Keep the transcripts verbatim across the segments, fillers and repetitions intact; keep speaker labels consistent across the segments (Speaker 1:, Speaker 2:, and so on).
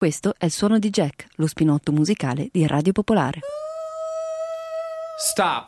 Speaker 1: Questo è il suono di Jack, lo spinotto musicale di Radio Popolare.
Speaker 2: Stop.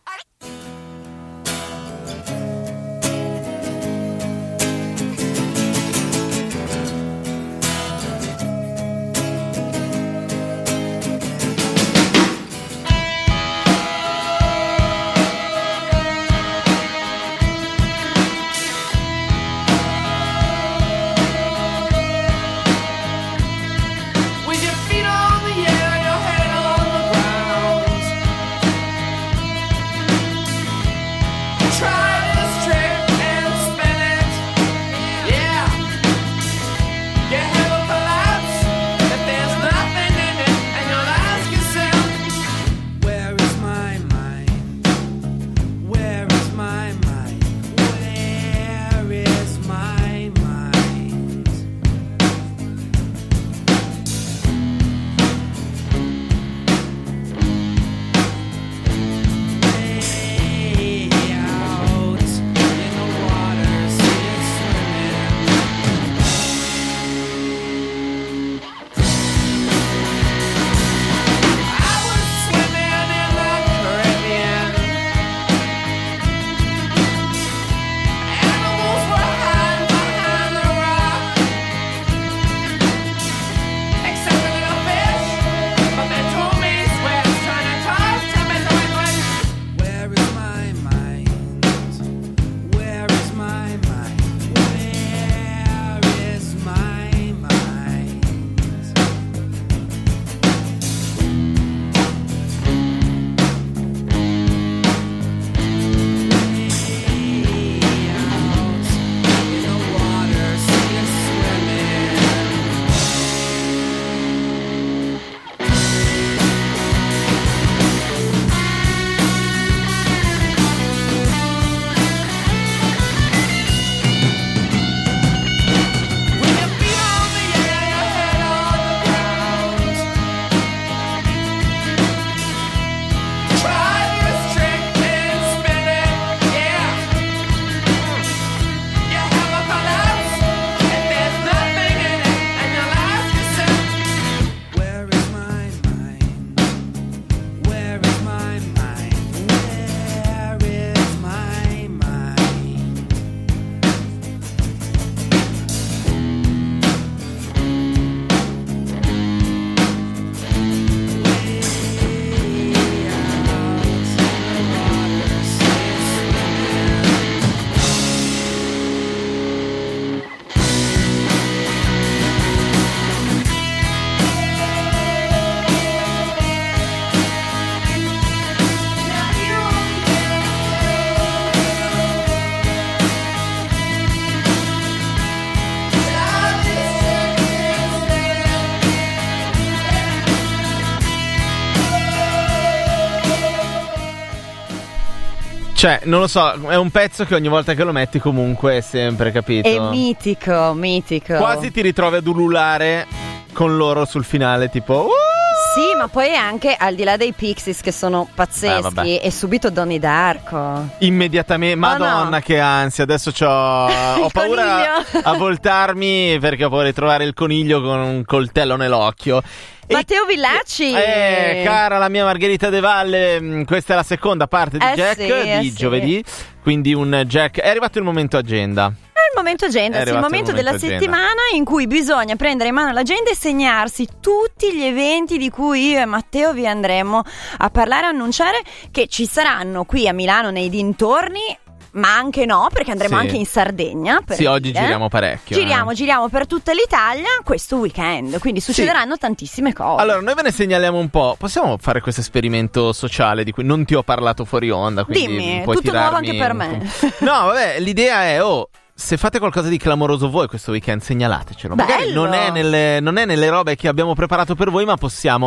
Speaker 3: Cioè, non lo so, è un pezzo che ogni volta che lo metti comunque è sempre, capito?
Speaker 4: È mitico, mitico.
Speaker 3: Quasi ti ritrovi ad ululare con loro sul finale, tipo... Uh!
Speaker 4: Sì, ma poi anche al di là dei Pixies che sono pazzeschi, è subito Donnie Darko.
Speaker 3: Immediatamente, madonna, oh no, che ansia. Adesso c'ho, ho paura a voltarmi perché ho paura di trovare il coniglio con un coltello nell'occhio.
Speaker 4: Matteo Villacci.
Speaker 3: Eh, cara la mia Margherita De Valle, questa è la seconda parte di
Speaker 4: eh
Speaker 3: Jack
Speaker 4: sì,
Speaker 3: di
Speaker 4: eh
Speaker 3: giovedì,
Speaker 4: sì.
Speaker 3: Quindi un Jack. È arrivato il momento agenda.
Speaker 4: È il momento agenda, sì, il momento, il momento della agenda. Settimana in cui bisogna prendere in mano l'agenda e segnarsi tutti gli eventi di cui io e Matteo vi andremo a parlare, a annunciare che ci saranno qui a Milano nei dintorni. Ma anche no, perché andremo
Speaker 3: sì.
Speaker 4: anche in Sardegna. Per
Speaker 3: sì,
Speaker 4: dire.
Speaker 3: oggi giriamo parecchio.
Speaker 4: Giriamo,
Speaker 3: eh.
Speaker 4: giriamo per tutta l'Italia questo weekend. Quindi succederanno sì. tantissime cose.
Speaker 3: Allora, noi ve ne segnaliamo un po'. Possiamo fare questo esperimento sociale di cui non ti ho parlato fuori onda?
Speaker 4: Dimmi,
Speaker 3: puoi
Speaker 4: tutto nuovo
Speaker 3: tirarmi
Speaker 4: anche per
Speaker 3: un...
Speaker 4: me.
Speaker 3: No, vabbè, l'idea è, oh, se fate qualcosa di clamoroso voi questo weekend, segnalatecelo. Magari non è, nelle, non è nelle robe che abbiamo preparato per voi, ma possiamo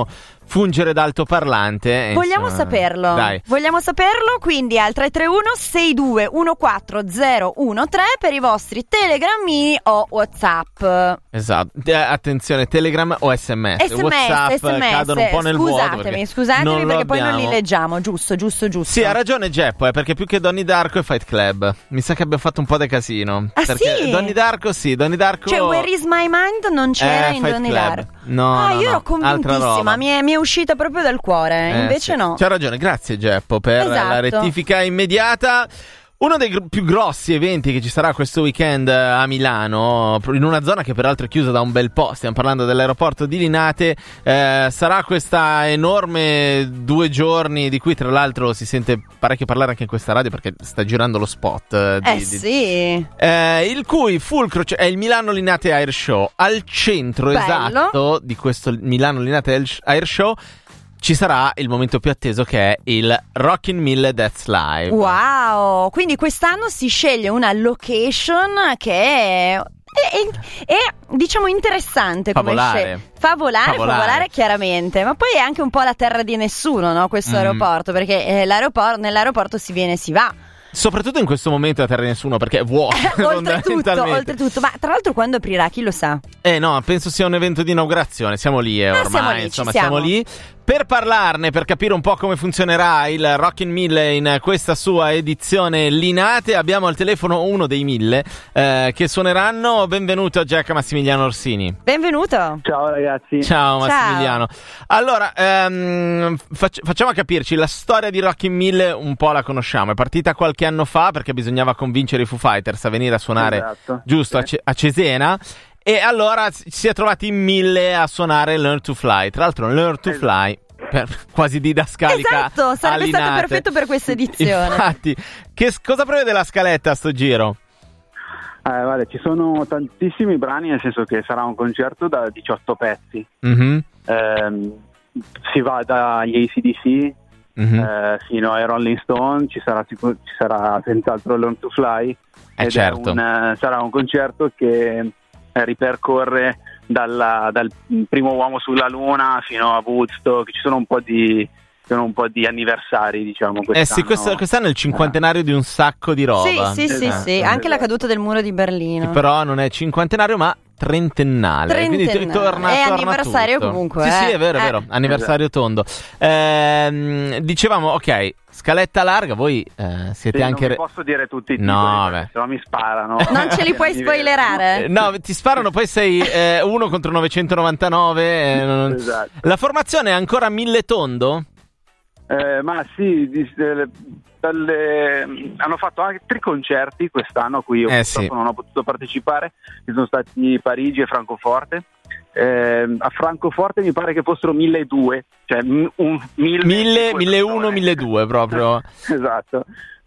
Speaker 3: fungere d'altoparlante.
Speaker 4: Vogliamo
Speaker 3: insomma,
Speaker 4: saperlo.
Speaker 3: Dai.
Speaker 4: Vogliamo saperlo, quindi al tre tre uno sei due uno quattro zero uno tre per i vostri telegrammi o WhatsApp.
Speaker 3: Esatto. Eh, attenzione, Telegram o S M S.
Speaker 4: S M S,
Speaker 3: WhatsApp
Speaker 4: S M S.
Speaker 3: cadono un po' nel
Speaker 4: scusatemi,
Speaker 3: vuoto. Perché
Speaker 4: scusatemi perché poi non li
Speaker 3: abbiamo.
Speaker 4: leggiamo. Giusto, giusto, giusto.
Speaker 3: Sì, ha ragione Geppo, eh, perché più che Donnie Darko è Fight Club. Mi sa che abbiamo fatto un po' di casino.
Speaker 4: Ah,
Speaker 3: perché
Speaker 4: sì?
Speaker 3: Donnie Darko, sì, Donnie Darko.
Speaker 4: Cioè, Where is my mind non c'era
Speaker 3: Eh,
Speaker 4: in
Speaker 3: Fight
Speaker 4: Donnie
Speaker 3: Club.
Speaker 4: Darko.
Speaker 3: No,
Speaker 4: ah,
Speaker 3: no,
Speaker 4: io
Speaker 3: no,
Speaker 4: ero convintissima, mi è, mi è uscita proprio dal cuore.
Speaker 3: Eh,
Speaker 4: Invece
Speaker 3: sì.
Speaker 4: no.
Speaker 3: C'ha ragione, grazie Geppo per
Speaker 4: Esatto.
Speaker 3: la rettifica immediata. Uno dei gr- più grossi eventi che ci sarà questo weekend a Milano, in una zona che peraltro è chiusa da un bel po', stiamo parlando dell'aeroporto di Linate, eh, sarà questa enorme due giorni di cui tra l'altro si sente parecchio parlare anche in questa radio perché sta girando lo spot. Eh, di,
Speaker 4: Eh
Speaker 3: di,
Speaker 4: sì.
Speaker 3: eh, il cui fulcro cioè, è il Milano Linate Air Show. Al centro
Speaker 4: Bello.
Speaker 3: esatto di questo Milano Linate Air Show ci sarà il momento più atteso che è il Rockin' Mille Deaths Live.
Speaker 4: Wow, quindi quest'anno si sceglie una location che è, è, è, è diciamo interessante come
Speaker 3: Favolare.
Speaker 4: scel- favolare,
Speaker 3: Favolare.
Speaker 4: favolare chiaramente, ma poi è anche un po' la terra di nessuno, no? Questo
Speaker 3: Mm.
Speaker 4: aeroporto, perché eh, l'aeroporto, nell'aeroporto si viene e si va.
Speaker 3: Soprattutto in questo momento a terra di nessuno perché è vuoto.
Speaker 4: oltretutto,
Speaker 3: fondamentalmente.
Speaker 4: oltretutto, ma tra l'altro quando aprirà, chi lo sa?
Speaker 3: Eh no, penso sia un evento di inaugurazione. Siamo lì eh,
Speaker 4: Ah,
Speaker 3: ormai,
Speaker 4: siamo lì, ci
Speaker 3: insomma,
Speaker 4: siamo.
Speaker 3: siamo lì. Per parlarne, per capire un po' come funzionerà il Rockin' Mille in questa sua edizione Linate, abbiamo al telefono uno dei mille eh, che suoneranno. Benvenuto a Jack Massimiliano Orsini.
Speaker 4: Benvenuto.
Speaker 2: Ciao ragazzi.
Speaker 3: Ciao Massimiliano. Allora, ehm, fac- facciamo a capirci, la storia di Rockin' Mille un po' la conosciamo. È partita qualche anno fa perché bisognava convincere i Foo Fighters a venire a suonare
Speaker 2: Esatto.
Speaker 3: giusto
Speaker 2: Sì.
Speaker 3: a, Ce- a Cesena. E allora si si è trovati in mille a suonare Learn to Fly. Tra l'altro Learn to
Speaker 2: Esatto.
Speaker 3: Fly per, quasi didascalica.
Speaker 4: Esatto, sarebbe
Speaker 3: a
Speaker 4: stato
Speaker 3: Linate.
Speaker 4: perfetto per questa edizione.
Speaker 3: Infatti, che s- cosa prevede la scaletta a sto giro?
Speaker 2: Eh, guarda, ci sono tantissimi brani, nel senso che sarà un concerto da diciotto pezzi.
Speaker 3: Mhm,
Speaker 2: Ehm, si va dagli A C D C
Speaker 3: mhm.
Speaker 2: eh, fino ai Rolling Stone, ci sarà, sicur- ci sarà senz'altro Learn to Fly.
Speaker 3: Eh,
Speaker 2: ed è
Speaker 3: certo.
Speaker 2: un, eh, sarà un concerto che eh, ripercorre dalla- dal primo uomo sulla luna fino a Woodstock. Ci sono un po' di, ci sono un po' di anniversari, diciamo.
Speaker 3: Eh sì,
Speaker 2: quest'anno.
Speaker 3: questo- quest'anno è il cinquantenario di un sacco di roba.
Speaker 4: Sì, sì, sì,
Speaker 2: Esatto,
Speaker 4: sì, anche la
Speaker 2: esatto.
Speaker 4: caduta del muro di Berlino.
Speaker 3: Che però non è cinquantenario ma trentennale. Quindi t-
Speaker 4: Trentennale.
Speaker 3: torna,
Speaker 4: È
Speaker 3: torna
Speaker 4: anniversario
Speaker 3: tutto.
Speaker 4: comunque,
Speaker 3: Sì,
Speaker 4: eh.
Speaker 3: sì, è vero, è
Speaker 4: Eh.
Speaker 3: vero. Anniversario tondo. Ehm, dicevamo, ok, scaletta larga, voi eh, siete
Speaker 2: Sì,
Speaker 3: anche...
Speaker 2: non vi posso dire tutti i
Speaker 3: No,
Speaker 2: titoli,
Speaker 3: beh.
Speaker 2: perché se no mi sparano.
Speaker 4: Non ce li puoi
Speaker 2: Mi
Speaker 4: spoilerare?
Speaker 3: Eh, No, ti sparano, poi sei eh, uno contro novecentonovantanove. eh, non-
Speaker 2: Esatto.
Speaker 3: La formazione è ancora mille tondo?
Speaker 2: Eh, ma sì, di- delle- dalle- hanno fatto anche tre concerti quest'anno a cui io
Speaker 3: Eh,
Speaker 2: purtroppo
Speaker 3: sì.
Speaker 2: non ho potuto partecipare, che sono stati Parigi e Francoforte. Eh, a Francoforte mi pare che fossero milleduecento, cioè m- un mille,
Speaker 3: Mille, mille uno, mille due proprio.
Speaker 2: Esatto.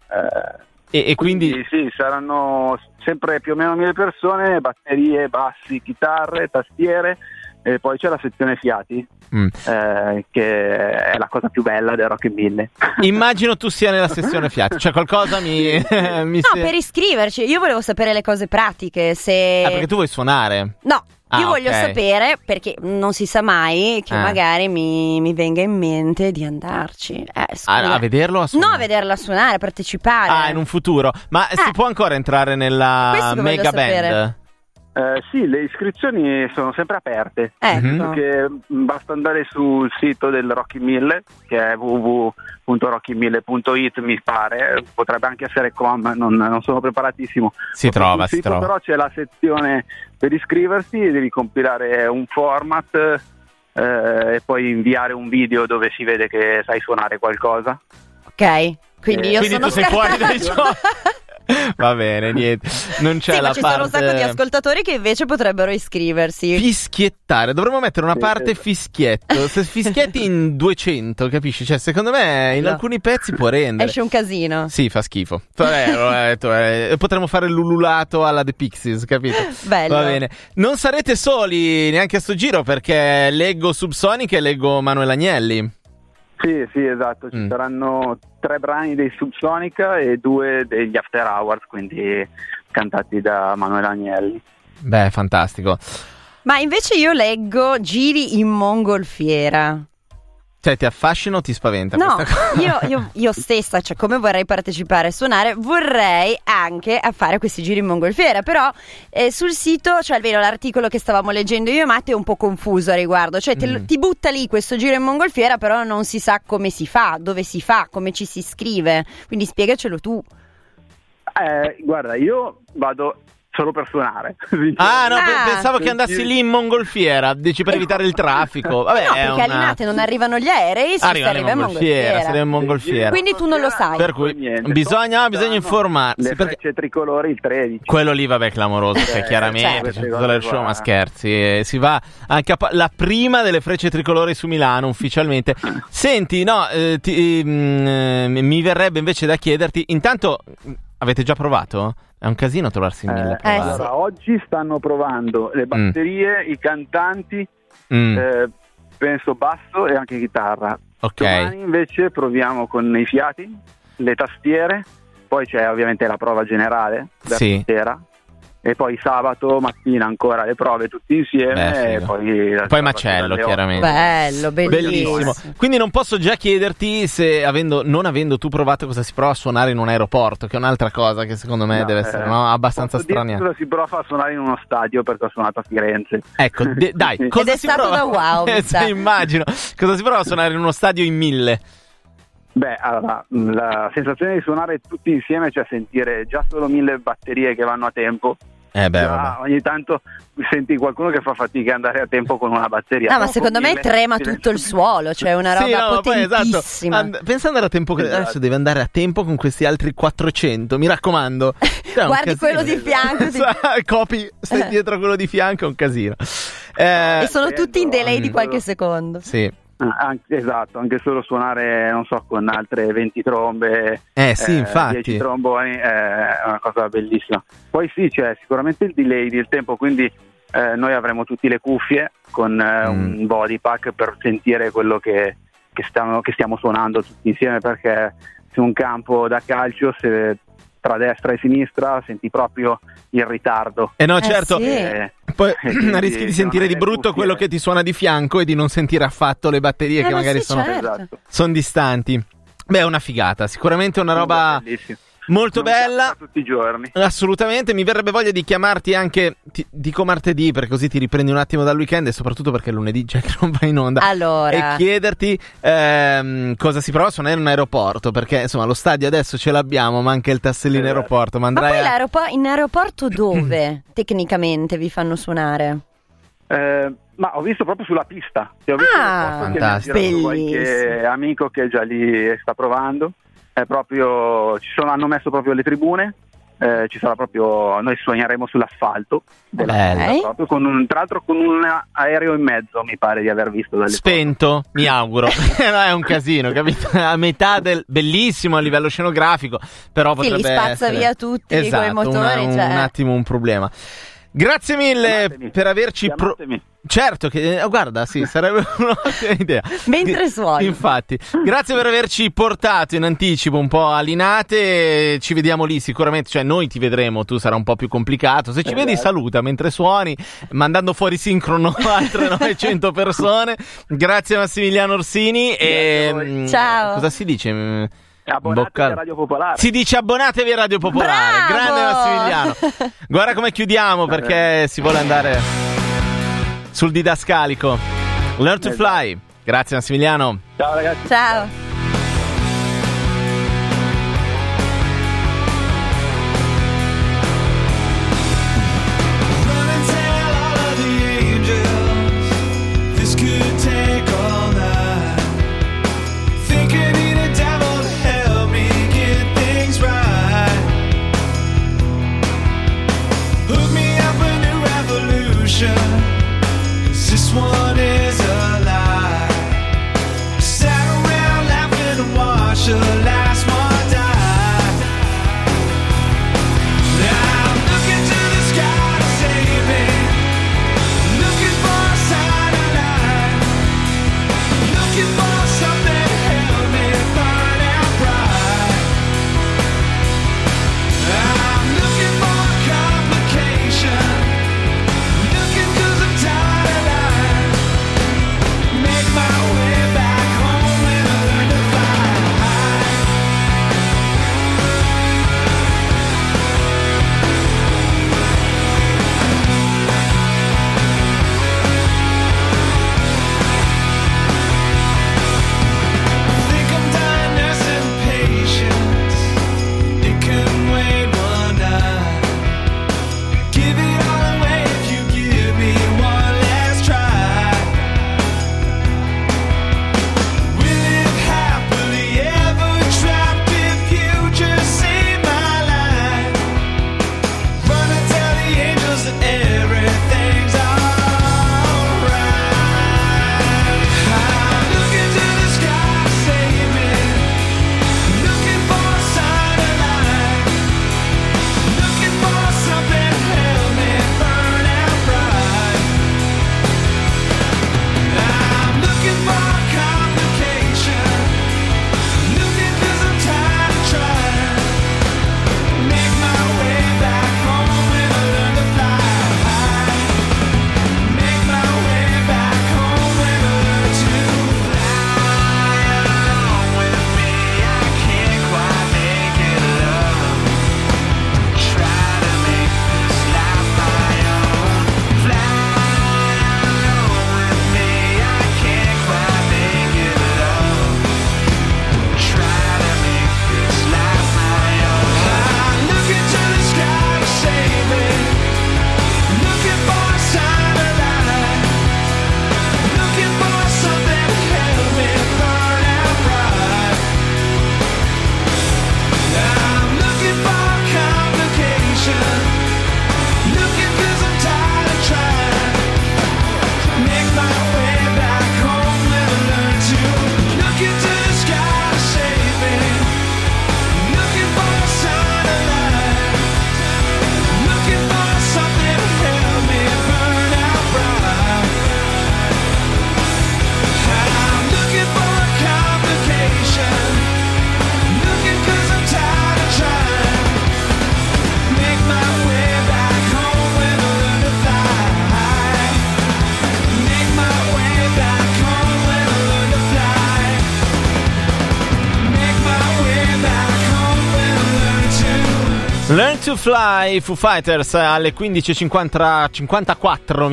Speaker 2: Eh,
Speaker 3: E, e quindi...
Speaker 2: sì, saranno sempre più o meno mille persone, batterie, bassi, chitarre, tastiere, e poi c'è la sezione fiati,
Speaker 3: Mm.
Speaker 2: eh, che è la cosa più bella del Rockin' Mille.
Speaker 3: Immagino tu sia nella sessione fiati. Cioè qualcosa mi... mi
Speaker 4: No,
Speaker 3: se-
Speaker 4: per iscriverci, io volevo sapere le cose pratiche, se...
Speaker 3: Ah, perché tu vuoi suonare?
Speaker 4: No,
Speaker 3: Ah,
Speaker 4: io voglio
Speaker 3: ok.
Speaker 4: sapere, perché non si sa mai, che
Speaker 3: Ah.
Speaker 4: magari mi, mi venga in mente di andarci. Eh, scusa.
Speaker 3: Ah, a vederlo o a
Speaker 4: No,
Speaker 3: suonare?
Speaker 4: a vederla suonare, a partecipare.
Speaker 3: Ah, in un futuro. Ma si
Speaker 4: Eh.
Speaker 3: può ancora entrare nella
Speaker 4: Questo che voglio
Speaker 3: mega
Speaker 4: sapere.
Speaker 3: band?
Speaker 2: Eh, sì, le iscrizioni sono sempre aperte.
Speaker 4: Ecco.
Speaker 3: Mhm.
Speaker 2: Perché basta andare sul sito del Rockin' Mille, che è w w w punto rockin mille punto it, mi pare, potrebbe anche essere com, non, non sono preparatissimo.
Speaker 3: Si trova,
Speaker 2: Sul
Speaker 3: si
Speaker 2: sito
Speaker 3: trova.
Speaker 2: però c'è la sezione per iscriversi, devi compilare un format eh, e poi inviare un video dove si vede che sai suonare qualcosa.
Speaker 4: Ok, quindi
Speaker 2: Eh,
Speaker 4: io
Speaker 3: Quindi
Speaker 4: sono
Speaker 3: tu sei fuori dai
Speaker 4: scartata.
Speaker 3: giochi. Va bene, niente. Non c'è
Speaker 4: Sì,
Speaker 3: la
Speaker 4: ma ci
Speaker 3: parte...
Speaker 4: sono un sacco di ascoltatori che invece potrebbero iscriversi.
Speaker 3: Fischiettare, dovremmo mettere una
Speaker 2: Sì,
Speaker 3: parte
Speaker 2: esatto.
Speaker 3: fischietto. Se fischietti in duecento, capisci? Cioè, secondo me in
Speaker 4: No.
Speaker 3: alcuni pezzi può rendere.
Speaker 4: Esce un casino.
Speaker 3: Sì, fa schifo. Vabbè, l'ho detto, eh, potremmo fare l'ululato alla The Pixies, capito?
Speaker 4: Bello.
Speaker 3: Va bene. Non sarete soli neanche a sto giro perché leggo Subsonica e leggo Manuel Agnelli.
Speaker 2: Sì, sì, esatto, ci
Speaker 3: Mm.
Speaker 2: saranno tre brani dei Subsonica e due degli After Hours, quindi cantati da Manuel Agnelli.
Speaker 3: Beh, fantastico.
Speaker 4: Ma invece io leggo giri in mongolfiera.
Speaker 3: Cioè, ti affascina o ti spaventa?
Speaker 4: No,
Speaker 3: questa cosa?
Speaker 4: io, io, io stessa, cioè come vorrei partecipare a suonare, vorrei anche a fare questi giri in mongolfiera, però eh, sul sito, cioè almeno l'articolo che stavamo leggendo io e Matte è un po' confuso a riguardo, cioè te, mm. ti butta lì questo giro in mongolfiera, però non si sa come si fa, dove si fa, come ci si iscrive, quindi spiegacelo tu.
Speaker 2: Eh, guarda, io vado solo per suonare.
Speaker 3: Ah, no,
Speaker 4: ah,
Speaker 3: pensavo che andassi lì in mongolfiera, dici per evitare il traffico. Vabbè,
Speaker 4: no,
Speaker 3: è
Speaker 4: perché
Speaker 3: una...
Speaker 4: a Linate non arrivano gli aerei, si
Speaker 3: arriva
Speaker 4: arriva in
Speaker 3: mongolfiera, si arriva in mongolfiera.
Speaker 4: Quindi tu non lo sai.
Speaker 3: Per cui
Speaker 2: niente,
Speaker 3: bisogna, bisogna informarsi.
Speaker 2: Le
Speaker 3: perché...
Speaker 2: frecce tricolori il tredici.
Speaker 3: Quello lì, vabbè, clamoroso, cioè,
Speaker 2: Eh,
Speaker 3: chiaramente,
Speaker 2: certo.
Speaker 3: c'è tutto il show, ma scherzi, eh, si va anche a pa- la prima delle frecce tricolori su Milano, ufficialmente. Senti, no, eh, ti, mm, mi verrebbe invece da chiederti, intanto, avete già provato? È un casino trovarsi in mille.
Speaker 4: Eh,
Speaker 2: allora, oggi stanno provando le batterie, mm. i cantanti,
Speaker 3: mm.
Speaker 2: eh, penso basso e anche chitarra.
Speaker 3: Ok.
Speaker 2: Domani invece proviamo con i fiati, le tastiere, poi c'è ovviamente la prova generale per
Speaker 3: sì.
Speaker 2: sera. E poi sabato mattina ancora le prove tutti insieme.
Speaker 3: Beh,
Speaker 2: e poi,
Speaker 3: poi macello, chiaramente.
Speaker 4: Bello, bellissimo.
Speaker 3: Bellissimo. Quindi non posso già chiederti se, avendo, non avendo tu provato, cosa si prova a suonare in un aeroporto, che è un'altra cosa che secondo me
Speaker 2: no,
Speaker 3: deve essere
Speaker 2: eh,
Speaker 3: no? abbastanza
Speaker 2: strana. Cosa si prova a suonare in uno stadio, perché ho suonato a Firenze.
Speaker 3: Ecco, de- dai, cosa
Speaker 4: Ed è
Speaker 3: si
Speaker 4: stato
Speaker 3: prova?
Speaker 4: da wow.
Speaker 3: eh, sì, immagino. Cosa si prova a suonare in uno stadio in mille?
Speaker 2: Beh, allora, la sensazione di suonare tutti insieme, cioè sentire già solo mille batterie che vanno a tempo.
Speaker 3: Eh beh,
Speaker 2: già, ogni tanto senti qualcuno che fa fatica ad andare a tempo con una batteria.
Speaker 4: No, ma secondo me trema tutto il suolo, cioè una roba
Speaker 3: sì, no,
Speaker 4: potentissima.
Speaker 3: Poi, esatto. And- pensa andare a tempo, esatto. Adesso devi andare a tempo con questi altri quattrocento, mi raccomando. Cioè,
Speaker 4: guardi quello di fianco, ti...
Speaker 3: copi, stai dietro quello di fianco, è un casino. Eh,
Speaker 4: e sono tutti in delay mm. di qualche secondo.
Speaker 3: Sì.
Speaker 2: Anche, esatto, anche solo suonare, non so, con altre venti trombe,
Speaker 3: eh sì, eh, infatti,
Speaker 2: dieci tromboni, eh, è una cosa bellissima. Poi sì, c'è sicuramente il delay del tempo, quindi eh, noi avremo tutte le cuffie con eh, mm. un body pack per sentire quello che, che, stiamo, che stiamo suonando tutti insieme, perché su un campo da calcio, se tra destra e sinistra senti proprio il ritardo.
Speaker 3: Eh no, certo.
Speaker 4: Eh sì.
Speaker 2: eh,
Speaker 3: Poi rischi di sentire di brutto cuffie. Quello che ti suona di fianco e di non sentire affatto le batterie eh, che magari
Speaker 4: sì,
Speaker 3: sono,
Speaker 4: certo.
Speaker 3: sono distanti. Beh, è una figata, sicuramente una roba
Speaker 2: bellissima.
Speaker 3: Molto
Speaker 2: non
Speaker 3: bella
Speaker 2: tutti i giorni.
Speaker 3: Assolutamente, mi verrebbe voglia di chiamarti anche ti, dico martedì, perché così ti riprendi un attimo dal weekend, e soprattutto perché lunedì già che non vai in onda,
Speaker 4: allora.
Speaker 3: e chiederti ehm, cosa si prova a suonare in un aeroporto, perché insomma lo stadio adesso ce l'abbiamo, ma anche il tassellino
Speaker 2: esatto.
Speaker 3: aeroporto, ma,
Speaker 4: ma poi
Speaker 3: a...
Speaker 4: l'aeropo- in aeroporto dove tecnicamente vi fanno suonare?
Speaker 2: Eh, ma ho visto proprio sulla pista, ho visto
Speaker 4: ah,
Speaker 3: fantastico,
Speaker 2: qualche amico che già lì sta provando. È proprio, ci sono, hanno messo proprio le tribune, eh, ci sarà proprio, noi suoneremo sull'asfalto della pista, proprio con un, tra l'altro con un aereo in mezzo, mi pare di aver visto dalle
Speaker 3: spento, foto. Mi auguro. No, è un casino, capito? A metà del bellissimo a livello scenografico, però potrebbe
Speaker 4: sì, li spazza
Speaker 3: essere...
Speaker 4: via tutti
Speaker 3: esatto,
Speaker 4: coi motori,
Speaker 3: una,
Speaker 4: cioè...
Speaker 3: un attimo un problema. Grazie mille Chiamatemi. per averci pro- certo che eh, guarda sì sarebbe un'ottima idea
Speaker 4: mentre suoni.
Speaker 3: Infatti grazie per averci portato in anticipo un po' a Linate, ci vediamo lì sicuramente, cioè noi ti vedremo, tu sarà un po' più complicato, se ci vedi saluta mentre suoni, mandando fuori sincrono altre novecento persone. Grazie Massimiliano Orsini e
Speaker 4: ciao.
Speaker 3: Cosa si dice?
Speaker 2: Abbonatevi
Speaker 3: Bocca...
Speaker 2: a Radio Popolare.
Speaker 3: Si dice abbonatevi a Radio Popolare.
Speaker 4: Bravo!
Speaker 3: Grande Massimiliano. Guarda come chiudiamo, perché si vuole andare sul didascalico. Learn to fly. Grazie Massimiliano.
Speaker 2: Ciao ragazzi.
Speaker 4: Ciao.
Speaker 5: This one is a lie. Sat around laughing and watched the last one die. Now I'm looking to the sky to save me, looking for a sign of life.
Speaker 3: to Fly, Foo Fighters alle quindici e cinquantaquattro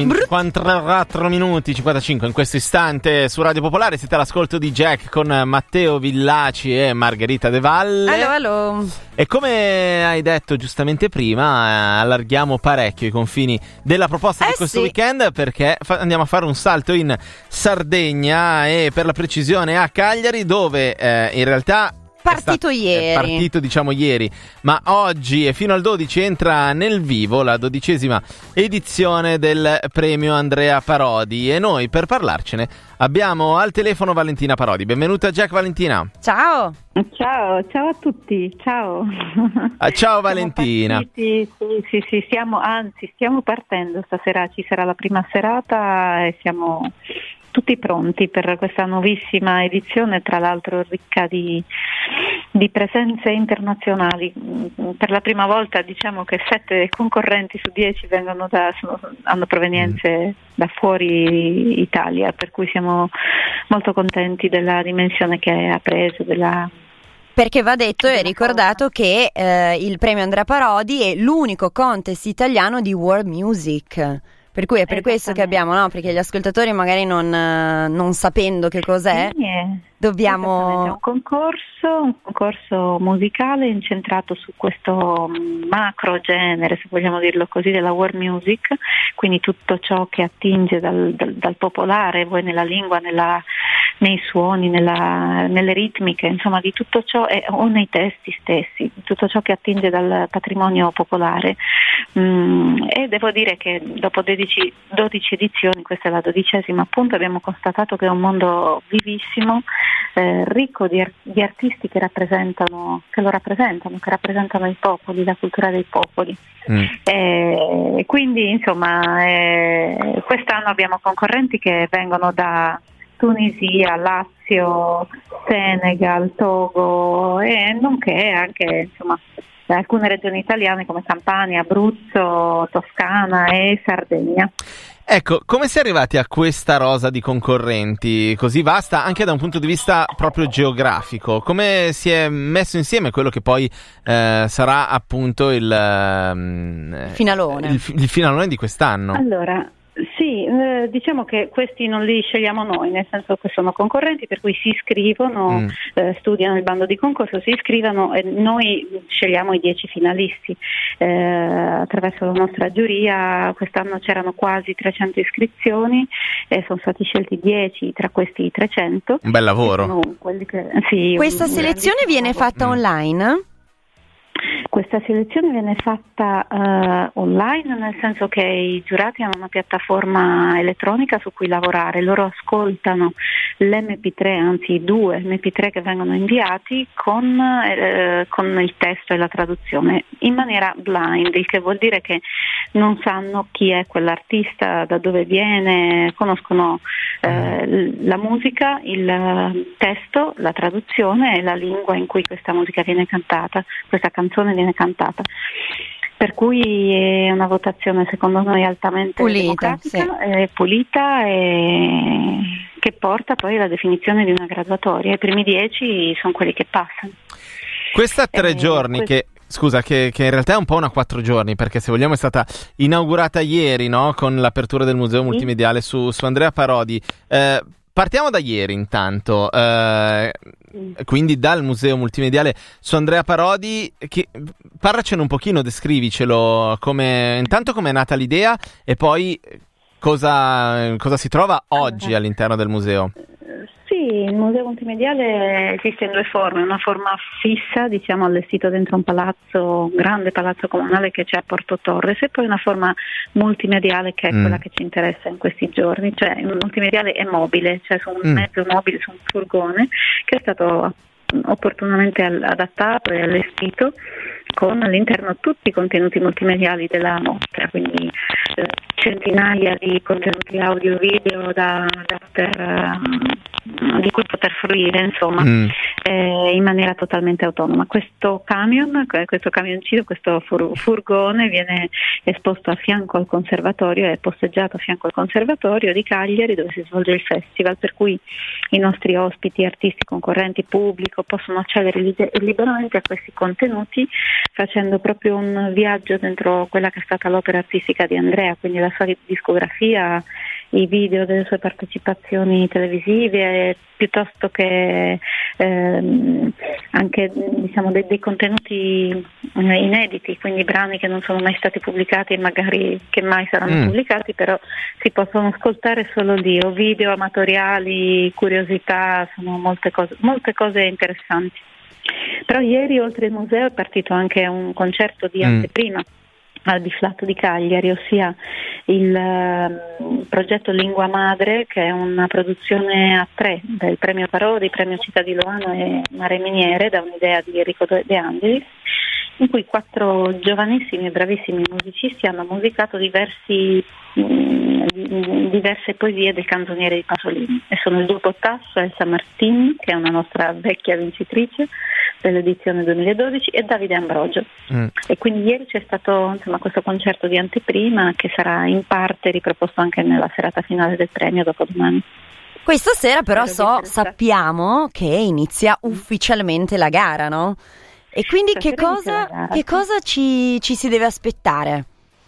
Speaker 3: minuti, cinquantacinque in questo istante su Radio Popolare. Siete all'ascolto di Jack con Matteo Villaci e Margherita De Valle.
Speaker 4: Allo, allo.
Speaker 3: E come hai detto giustamente prima, allarghiamo parecchio i confini della proposta
Speaker 4: eh
Speaker 3: di questo
Speaker 4: sì.
Speaker 3: weekend, perché fa- andiamo a fare un salto in Sardegna e per la precisione a Cagliari, dove eh, in realtà
Speaker 4: partito
Speaker 3: è
Speaker 4: ieri.
Speaker 3: È partito diciamo ieri, ma oggi e fino al dodici entra nel vivo la dodicesima edizione del premio Andrea Parodi, e noi per parlarcene abbiamo al telefono Valentina Parodi. Benvenuta Jack. Valentina.
Speaker 4: Ciao.
Speaker 6: Ciao, ciao a tutti, ciao.
Speaker 3: Ah, ciao Valentina.
Speaker 6: Partiti, sì, sì, sì, stiamo, anzi stiamo partendo stasera, ci sarà la prima serata e siamo tutti pronti per questa nuovissima edizione, tra l'altro ricca di, di presenze internazionali. Per la prima volta diciamo che sette concorrenti su dieci vengono da, sono, hanno provenienze da fuori Italia, per cui siamo molto contenti della dimensione che ha preso, della
Speaker 4: Perché va detto e ricordato che eh, il premio Andrea Parodi è l'unico contest italiano di world music. Per cui è per questo che abbiamo, no? Perché gli ascoltatori magari non, non sapendo che cos'è,
Speaker 6: sì, è,
Speaker 4: dobbiamo...
Speaker 6: È un concorso, un concorso musicale incentrato su questo macro genere, se vogliamo dirlo così, della world music, quindi tutto ciò che attinge dal, dal, dal popolare, vuoi nella lingua, nella, nei suoni, nella, nelle ritmiche, insomma di tutto ciò, e, o nei testi stessi, tutto ciò che attinge dal patrimonio popolare. Mm, e devo dire che dopo dodici, dodici edizioni, questa è la dodicesima appunto, abbiamo constatato che è un mondo vivissimo, eh, ricco di, ar- di artisti che rappresentano, che lo rappresentano, che rappresentano i popoli, la cultura dei popoli. Mm. E quindi insomma eh, quest'anno abbiamo concorrenti che vengono da Tunisia, Lazio, Senegal, Togo e nonché anche insomma da alcune regioni italiane come Campania, Abruzzo, Toscana e Sardegna.
Speaker 3: Ecco, come si è arrivati a questa rosa di concorrenti così vasta anche da un punto di vista proprio geografico? Come si è messo insieme quello che poi eh, sarà appunto il, eh,
Speaker 4: finalone.
Speaker 3: il, il finalone di quest'anno?
Speaker 6: Allora, sì, eh, diciamo che questi non li scegliamo noi, nel senso che sono concorrenti per cui si iscrivono, mm. eh, studiano il bando di concorso, si iscrivono e noi scegliamo i dieci finalisti eh, attraverso la nostra giuria. Quest'anno c'erano quasi trecento iscrizioni e sono stati scelti dieci tra questi trecento.
Speaker 3: Un bel lavoro.
Speaker 6: Che, sì,
Speaker 4: Questa un, selezione viene fatta mm. online?
Speaker 6: Questa selezione viene fatta uh, online, nel senso che i giurati hanno una piattaforma elettronica su cui lavorare, loro ascoltano l'emme pi tre, anzi i due emme pi tre che vengono inviati con, eh, con il testo e la traduzione in maniera blind, il che vuol dire che non sanno chi è quell'artista, da dove viene, conoscono eh, la musica, il testo, la traduzione e la lingua in cui questa musica viene cantata, questa canzone viene cantata. Per cui è una votazione secondo noi altamente
Speaker 4: pulita,
Speaker 6: democratica,
Speaker 4: sì.
Speaker 6: e pulita e che porta poi alla definizione di una graduatoria. I primi dieci sono quelli che passano.
Speaker 3: Questa tre
Speaker 6: eh,
Speaker 3: giorni
Speaker 6: questo...
Speaker 3: che... Scusa, che, che in realtà è un po' una quattro giorni, perché se vogliamo è stata inaugurata ieri, no? Con l'apertura del museo multimediale su, su Andrea Parodi. Eh, partiamo da ieri intanto, eh, quindi dal museo multimediale su Andrea Parodi. Che, parlacene un pochino, descrivicelo, come, intanto come è nata l'idea e poi cosa, cosa si trova oggi allora, all'interno del museo.
Speaker 6: Sì, il museo multimediale esiste in due forme, una forma fissa, diciamo allestito dentro un palazzo, un grande palazzo comunale che c'è a Porto Torres, e poi una forma multimediale che è mm. quella che ci interessa in questi giorni, cioè il multimediale è mobile, cioè su un mm. mezzo mobile, su un furgone che è stato opportunamente adattato e allestito con all'interno tutti i contenuti multimediali della mostra, quindi eh, centinaia di contenuti audio e video da, da poter um, di cui poter fruire, insomma, mm. eh, in maniera totalmente autonoma. Questo camion, questo camioncino, questo fur- furgone viene esposto a fianco al conservatorio, è posteggiato a fianco al conservatorio di Cagliari dove si svolge il festival, per cui i nostri ospiti, artisti, concorrenti, pubblico possono accedere li- liberamente a questi contenuti facendo proprio un viaggio dentro quella che è stata l'opera artistica di Andrea, quindi la sua discografia, i video delle sue partecipazioni televisive, piuttosto che ehm, anche diciamo dei, dei contenuti eh, inediti, quindi brani che non sono mai stati pubblicati e magari che mai saranno mm. pubblicati, però si possono ascoltare solo lì, o video amatoriali, curiosità, sono molte cose, molte cose interessanti. Però ieri oltre il museo è partito anche un concerto di anteprima mm. al Biflatto di Cagliari, ossia il uh, progetto Lingua Madre, che è una produzione a tre del premio Parodi, premio Città di Loano e Mare Miniere, da un'idea di Enrico De Angelis, in cui quattro giovanissimi e bravissimi musicisti hanno musicato diversi, mh, diverse poesie del canzoniere di Pasolini, e sono il gruppo Tasso, Elsa Martin, che è una nostra vecchia vincitrice dell'edizione duemiladodici, e Davide Ambrogio. Mm. E quindi ieri c'è stato insomma questo concerto di anteprima che sarà in parte riproposto anche nella serata finale del premio dopodomani.
Speaker 4: Questa sera però so, sappiamo che inizia ufficialmente la gara, no? E quindi che cosa, che cosa ci, ci si deve aspettare?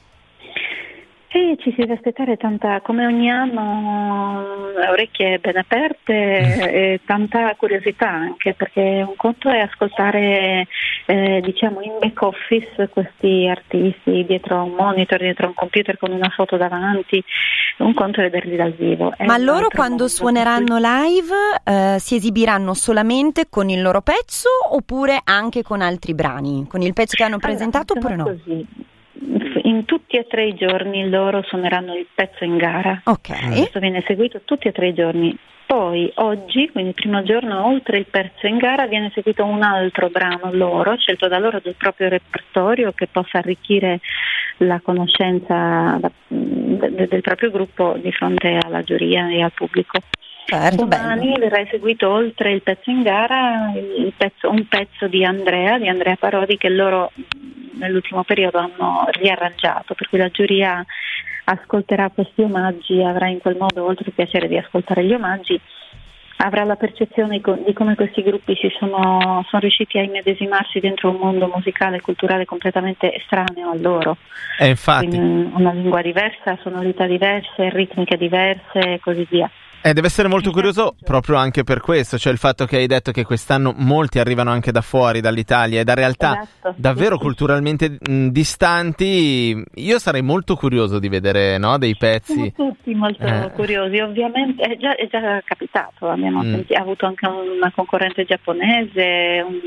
Speaker 6: E ci si deve aspettare tanta, come ogni anno, orecchie ben aperte e tanta curiosità, anche perché un conto è ascoltare eh, diciamo in back office questi artisti dietro a un monitor, dietro a un computer con una foto davanti, un conto è vederli dal vivo. È
Speaker 4: Ma loro quando suoneranno live eh, si esibiranno solamente con il loro pezzo oppure anche con altri brani? Con il pezzo che hanno presentato allora, oppure no?
Speaker 6: Così. In tutti e tre i giorni loro suoneranno il pezzo in gara.
Speaker 4: Ok.
Speaker 6: Questo viene eseguito tutti e tre i giorni. Poi oggi, quindi il primo giorno, oltre il pezzo in gara, viene eseguito un altro brano loro, scelto da loro del proprio repertorio, che possa arricchire la conoscenza da, de, del proprio gruppo di fronte alla giuria e al pubblico.
Speaker 4: Certo,
Speaker 6: domani bello. Verrà eseguito oltre il pezzo in gara il pezzo, un pezzo di Andrea, di Andrea Parodi, che loro nell'ultimo periodo hanno riarrangiato, per cui la giuria ascolterà questi omaggi, avrà in quel modo, oltre al piacere di ascoltare gli omaggi, avrà la percezione di come questi gruppi si sono, sono riusciti a immedesimarsi dentro un mondo musicale e culturale completamente estraneo a loro.
Speaker 3: E infatti.
Speaker 6: Quindi una lingua diversa, sonorità diverse, ritmiche diverse e così via.
Speaker 3: Eh, deve essere molto curioso proprio anche per questo, cioè il fatto che hai detto che quest'anno molti arrivano anche da fuori, dall'Italia, e da realtà
Speaker 6: esatto,
Speaker 3: davvero
Speaker 6: sì,
Speaker 3: culturalmente mh, distanti. Io sarei molto curioso di vedere, no, dei pezzi.
Speaker 6: Siamo tutti molto eh. curiosi, ovviamente è già, è già capitato, abbiamo mm. senti, avuto anche una concorrente giapponese, un,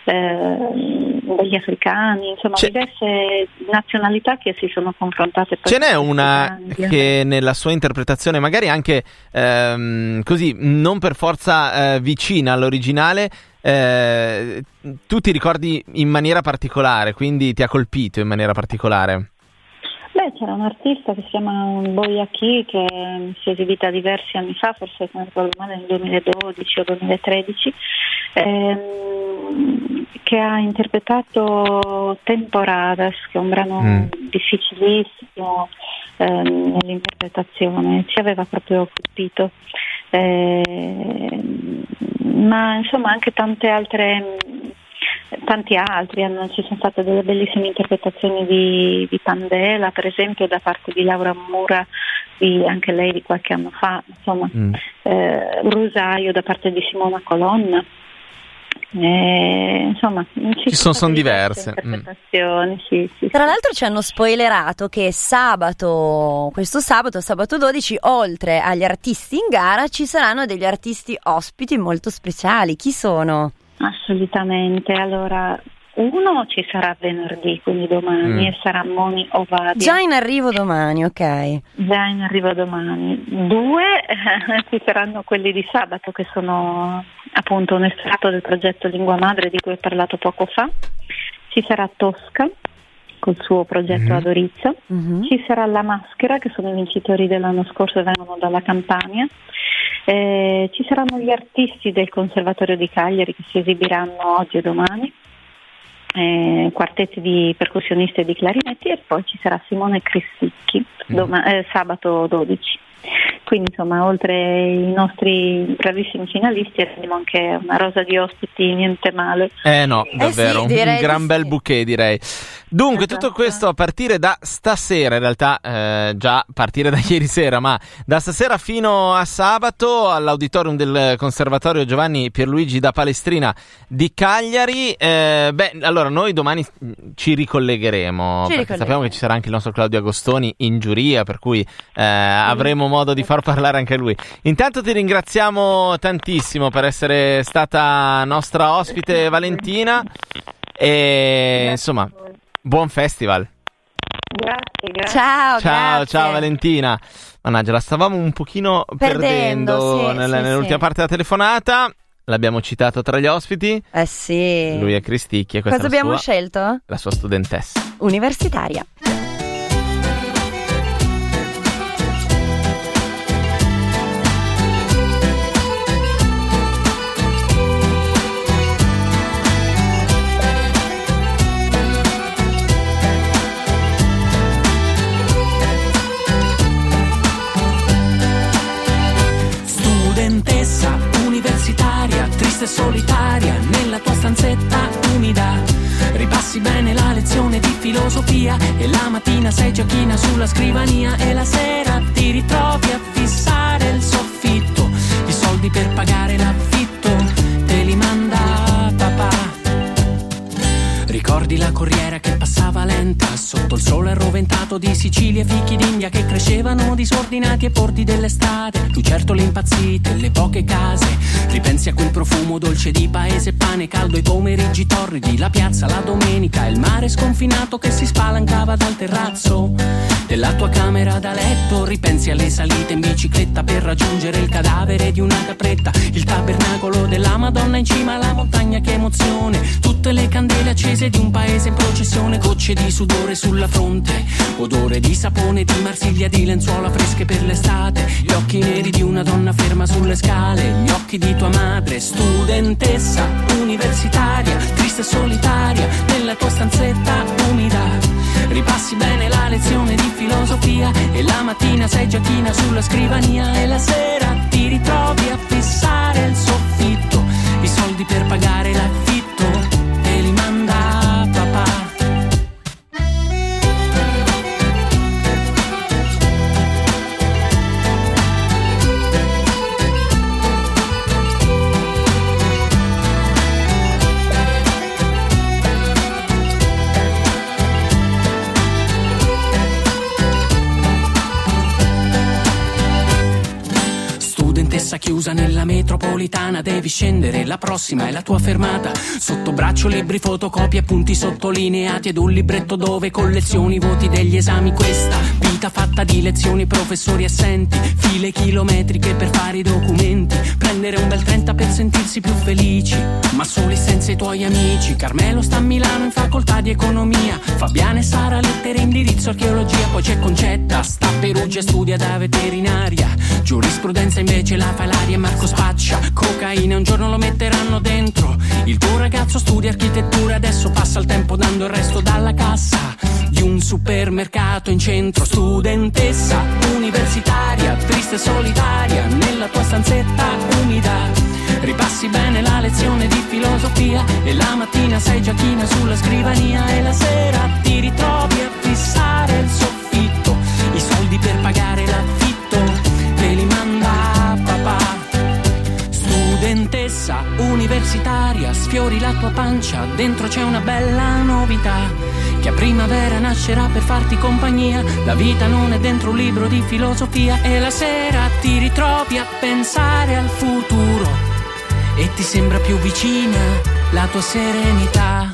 Speaker 6: eh, degli africani, insomma C'è... diverse nazionalità che si sono confrontate.
Speaker 3: Ce n'è una che nella sua interpretazione magari anche eh, così, non per forza eh, vicina all'originale, eh, tu ti ricordi in maniera particolare, quindi ti ha colpito in maniera particolare?
Speaker 6: Beh, c'era un artista che si chiama Boyaki, che si è esibita diversi anni fa, forse non ricordo male nel duemiladodici o duemilatredici, ehm, che ha interpretato Temporadas, che è un brano mm. difficilissimo ehm, nell'interpretazione, ci aveva proprio colpito. Eh, ma insomma anche tante altre tanti altri hanno, ci sono state delle bellissime interpretazioni di, di Pandela, per esempio, da parte di Laura Mura, di, anche lei di qualche anno fa, insomma mm. eh, Rusaio da parte di Simona Colonna. Eh, insomma ci,
Speaker 3: ci sono, sono diverse
Speaker 6: interpretazioni, mm. sì, sì,
Speaker 4: tra
Speaker 6: sì.
Speaker 4: l'altro ci hanno spoilerato che sabato questo sabato sabato dodici, oltre agli artisti in gara, ci saranno degli artisti ospiti molto speciali. Chi sono?
Speaker 6: Assolutamente, allora uno ci sarà venerdì, quindi domani, mm. e sarà Moni Ovadia.
Speaker 4: Già in arrivo domani, ok.
Speaker 6: Già in arrivo domani. Due eh, ci saranno quelli di sabato, che sono appunto un estratto del progetto Lingua Madre di cui ho parlato poco fa. Ci sarà Tosca col suo progetto mm. Adorizza. Mm-hmm. Ci sarà La Maschera, che sono i vincitori dell'anno scorso e vengono dalla Campania. Eh, Eh, ci saranno gli artisti del Conservatorio di Cagliari che si esibiranno oggi e domani, eh, quartetti di percussionisti e di clarinetti, e poi ci sarà Simone Cristicchi doma- eh, sabato dodici. Quindi insomma, oltre i nostri bravissimi finalisti abbiamo anche una rosa di ospiti niente male.
Speaker 3: Eh no, davvero,
Speaker 4: eh sì,
Speaker 3: un gran
Speaker 4: sì.
Speaker 3: bel bouquet, direi. Dunque,
Speaker 6: Esatto.
Speaker 3: tutto questo a partire da stasera, in realtà eh, già a partire da ieri sera, ma da stasera fino a sabato all'auditorium del Conservatorio Giovanni Pierluigi da Palestrina di Cagliari. Eh, beh, allora noi domani ci ricollegheremo,
Speaker 4: Ci
Speaker 3: perché sappiamo che ci sarà anche il nostro Claudio Agostoni in giuria, per cui eh, avremo modo di far parlare anche lui. Intanto ti ringraziamo tantissimo per essere stata nostra ospite, Valentina, e insomma, buon festival.
Speaker 6: Grazie, grazie.
Speaker 4: Ciao,
Speaker 3: Ciao,
Speaker 4: grazie.
Speaker 3: ciao Valentina. Mannaggia, la stavamo un pochino
Speaker 4: Perdendo,
Speaker 3: perdendo,
Speaker 4: sì,
Speaker 3: nella-
Speaker 4: sì,
Speaker 3: nell'ultima
Speaker 4: sì.
Speaker 3: parte della telefonata. L'abbiamo citato tra gli ospiti.
Speaker 4: Eh sì.
Speaker 3: Lui è Cristicchi e questa
Speaker 4: Cosa
Speaker 3: è la
Speaker 4: abbiamo
Speaker 3: sua,
Speaker 4: scelto?
Speaker 3: la sua studentessa.
Speaker 4: Universitaria.
Speaker 7: Studentessa universitaria, triste e solitaria, nella tua stanzetta umida. Ripassi bene la lezione di filosofia e la mattina sei già china sulla scrivania e la sera ti ritrovi a fissare il soffitto. I soldi per pagare l'affitto te li manda papà. Ricordi la corriera che passava lenta sotto il sole arroventato di Sicilia e fichi d'India che crescevano disordinati ai porti delle strade, lucertole impazzite, le poche case. Ripensi a quel profumo dolce di paese, pane caldo, i pomeriggi torridi, la piazza la domenica e il mare sconfinato che si spalancava dal terrazzo della tua camera da letto. Ripensi alle salite in bicicletta per raggiungere il cadavere di una capretta, il tabernacolo della Madonna in cima alla montagna, che emozione, tutte le candele accese di un paese in processione, gocce di sudore sulla fronte, odore di sapone, di Marsiglia, di lenzuola fresche per l'estate, gli occhi neri di una donna ferma sulle scale, gli occhi di tua madre, studentessa universitaria, triste e solitaria, nella tua stanzetta umida. Ripassi bene la lezione di filosofia e la mattina sei già china sulla scrivania e la sera ti ritrovi a fissare il soffitto. I soldi per pagare l'affitto te li manda papà. Studentessa chiusa nella metropolitana, devi scendere, la prossima è la tua fermata. Sotto braccio libri, fotocopie, appunti sottolineati ed un libretto dove collezioni i voti degli esami. Questa vita fatta di lezioni, professori assenti, file chilometriche per fare i documenti, prendere un bel trenta per sentirsi più felici, ma soli senza i tuoi amici. Carmelo sta a Milano in facoltà di economia, Fabiana e Sara lettere, indirizzo archeologia, poi c'è Concetta, sta a Perugia e studia da veterinaria, giurisprudenza invece la fa Ilaria e Marco spaccia cocaina, un giorno lo metteranno dentro. Il tuo ragazzo studia architettura, adesso passa il tempo dando il resto dalla cassa di un supermercato in centro. Studentessa universitaria, triste e solitaria, nella tua stanzetta umida. Ripassi bene la lezione di filosofia e la mattina sei già china sulla scrivania e la sera ti ritrovi a fissare il soffitto. I soldi per pagare l'affitto te li manda papà. Studentessa universitaria, sfiori la tua pancia, dentro c'è una bella novità, che a primavera nascerà per farti compagnia. La vita non è dentro un libro di filosofia e la sera ti ritrovi a pensare al futuro e ti sembra più vicina la tua serenità.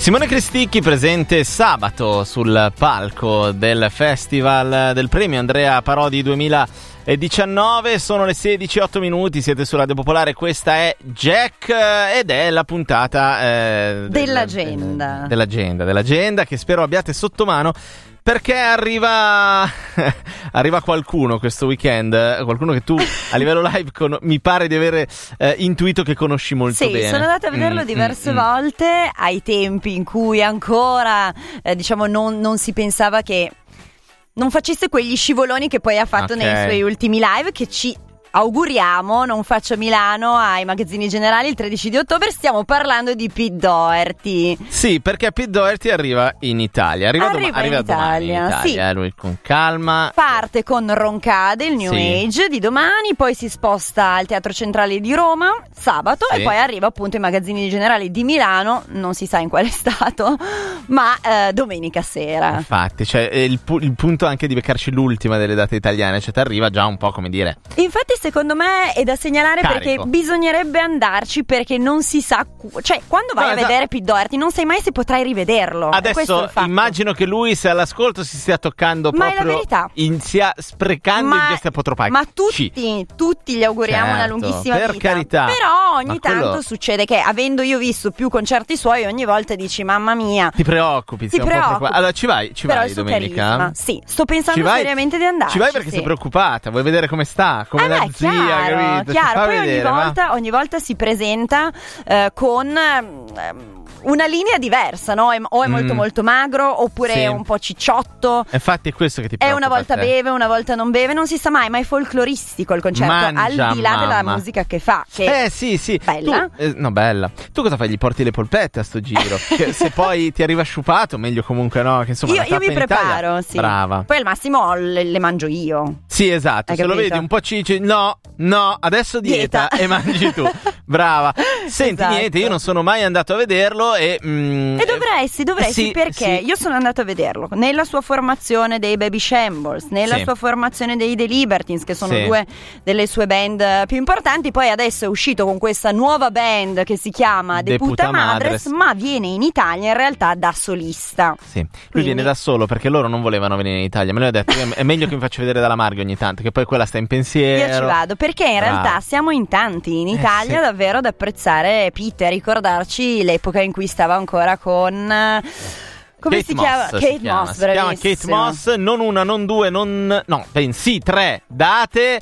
Speaker 3: Simone Cristicchi presente sabato sul palco del Festival del Premio Andrea Parodi duemiladiciannove. Sono le sedici e otto minuti, siete su Radio Popolare, questa è Jack ed è la puntata eh,
Speaker 4: dell'agenda.
Speaker 3: Del, dell'agenda dell'agenda che spero abbiate sotto mano, perché arriva arriva qualcuno questo weekend, qualcuno che tu a livello live con, mi pare di avere eh, intuito che conosci molto
Speaker 4: sì,
Speaker 3: bene.
Speaker 4: Sì, sono andata a vederlo
Speaker 3: mm,
Speaker 4: diverse
Speaker 3: mm,
Speaker 4: volte ai tempi in cui ancora eh, diciamo non, non si pensava che non facesse quegli scivoloni che poi ha fatto
Speaker 3: okay.
Speaker 4: nei suoi ultimi live, che ci auguriamo non faccia Milano ai magazzini generali il tredici di ottobre. Stiamo parlando di Pete Doherty.
Speaker 3: Sì, perché Pete Doherty arriva in Italia. Arriva,
Speaker 4: arriva,
Speaker 3: dom- arriva
Speaker 4: in Italia,
Speaker 3: domani in Italia,
Speaker 4: sì.
Speaker 3: Lui con calma.
Speaker 4: Parte con Roncade, il New
Speaker 3: sì.
Speaker 4: Age di domani, poi si sposta al Teatro Centrale di Roma sabato
Speaker 3: sì.
Speaker 4: e poi arriva appunto ai magazzini generali di Milano, non si sa in quale stato, ma eh, domenica sera.
Speaker 3: Infatti, cioè il, pu- il punto anche di beccarci l'ultima delle date italiane, cioè ti arriva già un po' come dire.
Speaker 4: Infatti secondo me è da segnalare
Speaker 3: Carico.
Speaker 4: Perché bisognerebbe andarci, perché non si sa, cioè quando vai
Speaker 3: no,
Speaker 4: a
Speaker 3: esatto.
Speaker 4: vedere Pete Doherty non sai mai se potrai rivederlo.
Speaker 3: Adesso immagino che lui, se all'ascolto, si stia toccando
Speaker 4: ma
Speaker 3: proprio
Speaker 4: è la verità.
Speaker 3: in, sia sprecando
Speaker 4: ma,
Speaker 3: in questi apotropaici.
Speaker 4: ma tutti tutti gli auguriamo
Speaker 3: certo,
Speaker 4: una lunghissima
Speaker 3: per
Speaker 4: vita,
Speaker 3: carità.
Speaker 4: però ogni
Speaker 3: ma
Speaker 4: tanto
Speaker 3: quello...
Speaker 4: succede che, avendo io visto più concerti suoi, ogni volta dici mamma mia,
Speaker 3: ti preoccupi,
Speaker 4: ti
Speaker 3: sei
Speaker 4: preoccupi.
Speaker 3: Un po' preoccupa- allora ci vai ci
Speaker 4: però
Speaker 3: vai
Speaker 4: il suo
Speaker 3: domenica
Speaker 4: carisma, sì, sto pensando
Speaker 3: ci vai,
Speaker 4: seriamente di andarci.
Speaker 3: ci vai perché
Speaker 4: sì.
Speaker 3: sei preoccupata, vuoi vedere come sta, come
Speaker 4: eh
Speaker 3: la
Speaker 4: beh,
Speaker 3: zia,
Speaker 4: chiaro,
Speaker 3: capito?
Speaker 4: chiaro. Poi
Speaker 3: vedere,
Speaker 4: ogni volta, ogni volta si presenta eh, con ehm, una linea diversa, no? È, o è molto
Speaker 3: mm.
Speaker 4: molto magro, oppure
Speaker 3: sì.
Speaker 4: è un po' cicciotto.
Speaker 3: Infatti è questo che ti
Speaker 4: È
Speaker 3: preoccupa.
Speaker 4: una volta beve, una volta non beve, non si sa mai, ma è folcloristico il concerto,
Speaker 3: Mangia,
Speaker 4: al di là della
Speaker 3: mamma.
Speaker 4: musica che fa. Che
Speaker 3: eh sì sì
Speaker 4: bella.
Speaker 3: Tu, eh, no bella Tu cosa fai? Gli porti le polpette a sto giro? Che se poi ti arriva sciupato meglio comunque, no? Che insomma
Speaker 4: io,
Speaker 3: la
Speaker 4: io mi
Speaker 3: tappa in
Speaker 4: preparo,
Speaker 3: Italia,
Speaker 4: sì.
Speaker 3: brava.
Speaker 4: Poi al massimo le, le mangio io.
Speaker 3: Sì, esatto.
Speaker 4: Hai
Speaker 3: se
Speaker 4: capito?
Speaker 3: lo vedi un po' cici, no, no, adesso dieta,
Speaker 4: Dieta.
Speaker 3: e mangi tu. Brava. Senti,
Speaker 4: Esatto.
Speaker 3: niente, io non sono mai andato a vederlo e mm,
Speaker 4: E dovresti, dovresti,
Speaker 3: sì,
Speaker 4: perché
Speaker 3: sì.
Speaker 4: io sono andato a vederlo nella sua formazione dei Baby Shambles, nella
Speaker 3: Sì.
Speaker 4: sua formazione dei The Libertines, che sono
Speaker 3: Sì.
Speaker 4: due delle sue band più importanti. Poi adesso è uscito con questa nuova band che si chiama The,
Speaker 3: The
Speaker 4: Puta
Speaker 3: Puta
Speaker 4: Madres,
Speaker 3: Madres.
Speaker 4: ma viene in Italia in realtà da solista.
Speaker 3: Sì. Lui
Speaker 4: Quindi-
Speaker 3: viene da solo perché loro non volevano venire in Italia. Me l'ho detto, è meglio che mi faccia vedere dalla Marghe ogni tanto, che poi quella sta in pensiero.
Speaker 4: Io ci vado perché in
Speaker 3: Brava.
Speaker 4: realtà siamo in tanti in
Speaker 3: Eh,
Speaker 4: Italia
Speaker 3: sì.
Speaker 4: davvero ad apprezzare Pete, a ricordarci l'epoca in cui stava ancora con eh, come
Speaker 3: Kate
Speaker 4: si
Speaker 3: Moss
Speaker 4: chiama?
Speaker 3: si
Speaker 4: Kate
Speaker 3: chiama.
Speaker 4: Moss,
Speaker 3: Si chiama Kate
Speaker 4: bravissima.
Speaker 3: Moss, non una, non due, non no, bensì tre date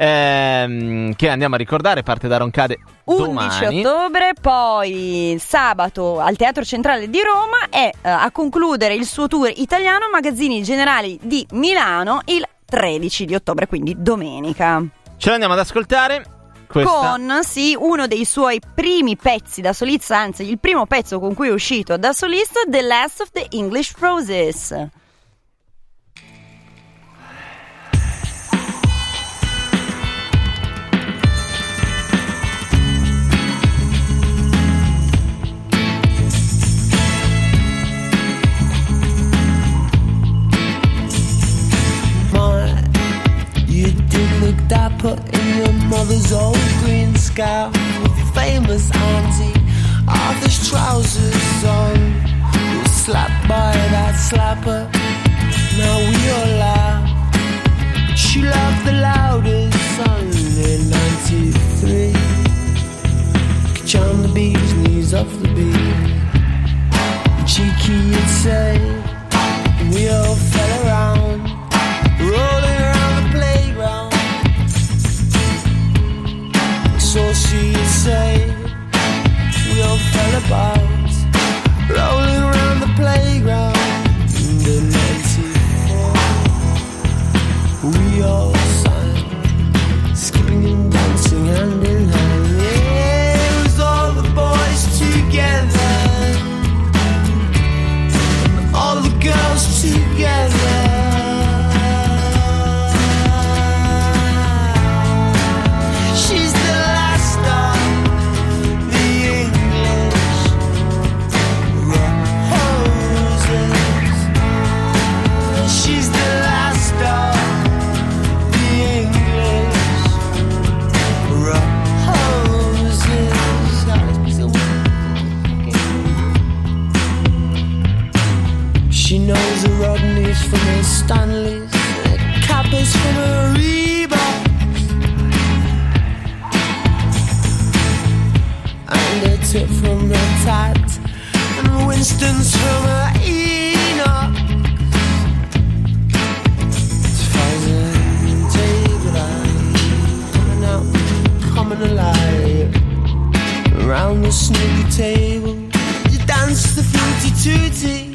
Speaker 3: ehm, che andiamo a ricordare. Parte da Roncade
Speaker 4: undici
Speaker 3: domani.
Speaker 4: ottobre, poi sabato al Teatro Centrale di Roma e eh, a concludere il suo tour italiano Magazzini Generali di Milano il tredici di ottobre, quindi domenica.
Speaker 3: Ce l'andiamo ad ascoltare. Questa.
Speaker 4: Con, sì, uno dei suoi primi pezzi da solista, anzi il primo pezzo con cui è uscito da solista, The Last of the English Roses.
Speaker 8: You did look dapper in your mother's old green scout with your famous auntie Arthur's trousers on. You were slapped by that slapper. Now we all laugh. She laughed the loudest, only ninety-three. Could charm the bee's knees off the beat. Cheeky, you'd say. We all fell around, rolling around the playground. Saucy, you'd say. We all fell about, rolling around the playground. In the ninety-four, we all sang, skipping and dancing hand in hand. Yeah, it was all the boys together, and all the girls together. She's the last of the English roses. She's the last of the English roses. She knows her Rodneys from her Stanleys, her Kappas from her Reeboks, and her tip from her Tat, and Winston's from her Enoch. It's fine table eye, coming out, coming alive. Around the snooker table, you dance the fruity tooty.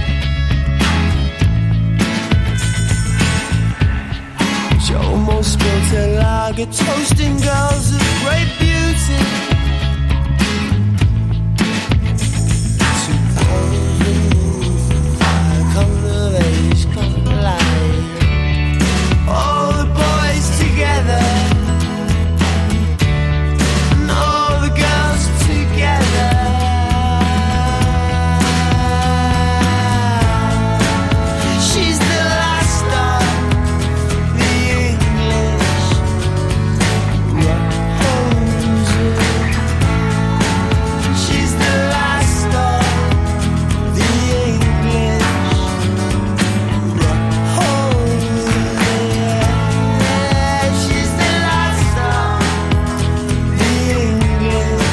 Speaker 8: She almost spilled her lager, toasting girls of great beauty. Two thousand five, come of age, come alive. All the boys together, and all the girls together. She's the last of the English roses. She's the last of the English roses. She's the last of the English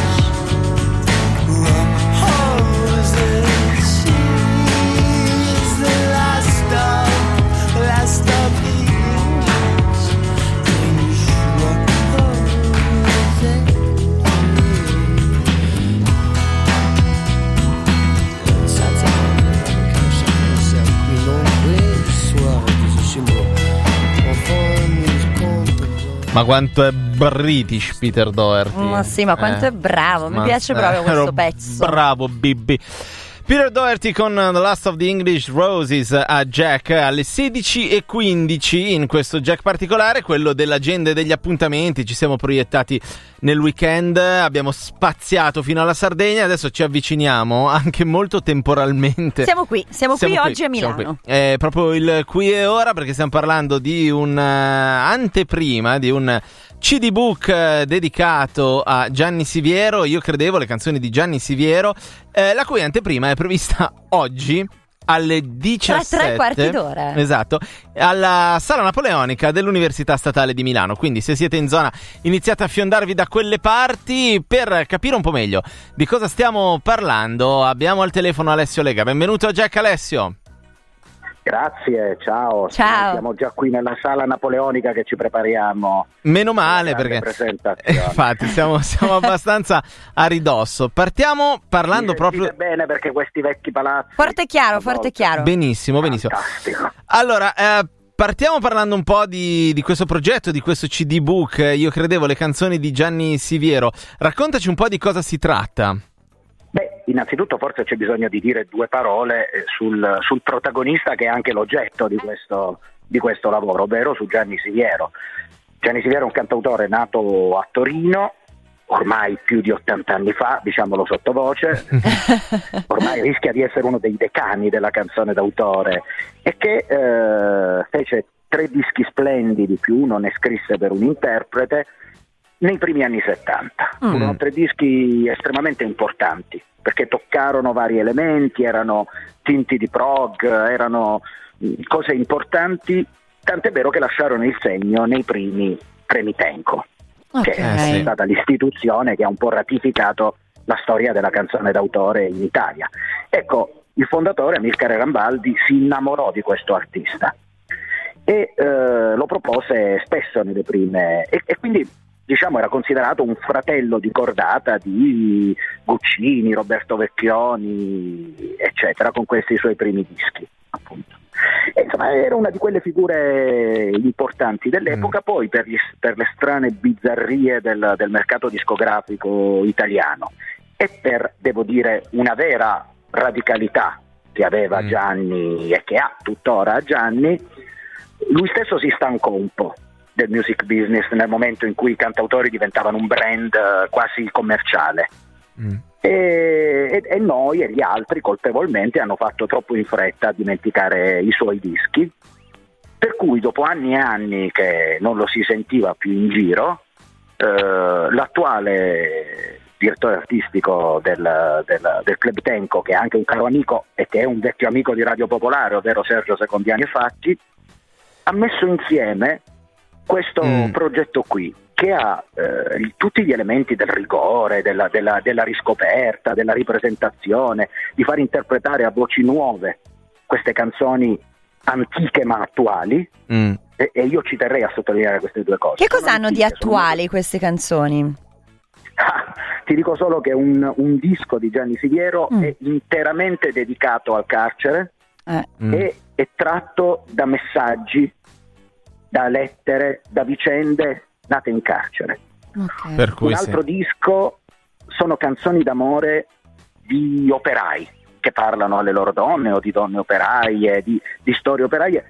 Speaker 8: roses. She's the last of, last of the English
Speaker 3: Ma quanto è British Peter Doherty.
Speaker 4: Ma sì, ma quanto
Speaker 3: eh.
Speaker 4: è bravo, mi
Speaker 3: Ma-
Speaker 4: piace
Speaker 3: eh,
Speaker 4: proprio questo
Speaker 3: ero
Speaker 4: pezzo.
Speaker 3: Bravo Bibi. Peter Doherty con The Last of the English Roses a Jack alle sedici e quindici. In questo Jack particolare, quello dell'agenda e degli appuntamenti, ci siamo proiettati nel weekend, abbiamo spaziato fino alla Sardegna, adesso ci avviciniamo anche molto temporalmente.
Speaker 4: Siamo qui, siamo,
Speaker 3: Siamo
Speaker 4: qui
Speaker 3: qui,
Speaker 4: oggi a
Speaker 3: siamo
Speaker 4: Milano.
Speaker 3: qui. È proprio il qui e ora, perché stiamo parlando di un uh, anteprima, di un C D book eh, dedicato a Gianni Siviero. Io credevo le canzoni di Gianni Siviero, eh, la cui anteprima è prevista oggi alle diciassette,
Speaker 4: Tra tre quarti d'ora.
Speaker 3: Esatto, alla Sala Napoleonica dell'Università Statale di Milano. Quindi se siete in zona iniziate a fiondarvi da quelle parti. Per capire un po' meglio di cosa stiamo parlando abbiamo al telefono Alessio Lega. Benvenuto Jack. Alessio.
Speaker 9: Grazie, ciao.
Speaker 4: Ciao.
Speaker 9: Siamo già qui nella Sala Napoleonica che ci prepariamo.
Speaker 3: Meno male,
Speaker 9: Grande
Speaker 3: perché
Speaker 9: presentazione.
Speaker 3: infatti siamo, siamo abbastanza a ridosso. Partiamo parlando
Speaker 9: Mi
Speaker 3: proprio
Speaker 9: sentite bene, perché questi vecchi palazzi.
Speaker 4: Forte e chiaro,
Speaker 9: a
Speaker 4: forte
Speaker 9: volte-
Speaker 4: e chiaro.
Speaker 3: benissimo, benissimo.
Speaker 9: Fantastico.
Speaker 3: Allora, eh, partiamo parlando un po' di, di questo progetto, di questo C D book. eh, Io credevo le canzoni di Gianni Siviero. Raccontaci un po' di cosa si tratta.
Speaker 9: Beh, innanzitutto forse c'è bisogno di dire due parole eh, sul, sul protagonista, che è anche l'oggetto di questo, di questo lavoro, ovvero su Gianni Siviero. Gianni Siviero è un cantautore nato a Torino, ormai più di ottanta anni fa, diciamolo sottovoce, ormai rischia di essere uno dei decani della canzone d'autore, e che eh, fece tre dischi splendidi, più uno ne scrisse per un interprete, nei primi anni settanta.
Speaker 3: Mm.
Speaker 9: Furono tre dischi estremamente importanti, perché toccarono vari elementi, erano tinti di prog, erano mh, cose importanti, tant'è vero che lasciarono il segno nei primi premi Tenco,
Speaker 4: Ok.
Speaker 9: che è stata l'istituzione che ha un po' ratificato la storia della canzone d'autore in Italia. Ecco, il fondatore Amilcare Rambaldi si innamorò di questo artista e eh, lo propose spesso nelle prime, e, e quindi diciamo era considerato un fratello di cordata di Guccini, Roberto Vecchioni, eccetera, con questi suoi primi dischi, appunto. E, insomma, era una di quelle figure importanti dell'epoca. Mm. Poi per, gli, per le strane bizzarrie del, del mercato discografico italiano e per, devo dire, una vera radicalità che aveva mm. Gianni e che ha tuttora Gianni, lui stesso si stancò un po' del music business nel momento in cui i cantautori diventavano un brand uh, quasi commerciale. Mm. E, e, e noi e gli altri colpevolmente hanno fatto troppo in fretta a dimenticare i suoi dischi, per cui dopo anni e anni che non lo si sentiva più in giro, eh, l'attuale direttore artistico del, del, del Club Tenco, che è anche un caro amico e che è un vecchio amico di Radio Popolare, ovvero Sergio Secondiani Facchi, ha messo insieme questo mm. progetto qui, che ha eh, tutti gli elementi del rigore, della, della, della riscoperta, della ripresentazione, di far interpretare a voci nuove queste canzoni antiche ma attuali, mm. e, e io ci terrei a sottolineare queste due cose.
Speaker 4: Che cosa hanno di attuali sono... queste canzoni?
Speaker 9: Ah, ti dico solo che un, un disco di Gianni Siviero mm. è interamente dedicato al carcere eh. mm. e è tratto da messaggi, da lettere, da vicende nate in carcere.
Speaker 3: Okay. Per cui
Speaker 9: un altro
Speaker 3: sì.
Speaker 9: disco sono canzoni d'amore di operai che parlano alle loro donne o di donne operaie, di, di storie operaie,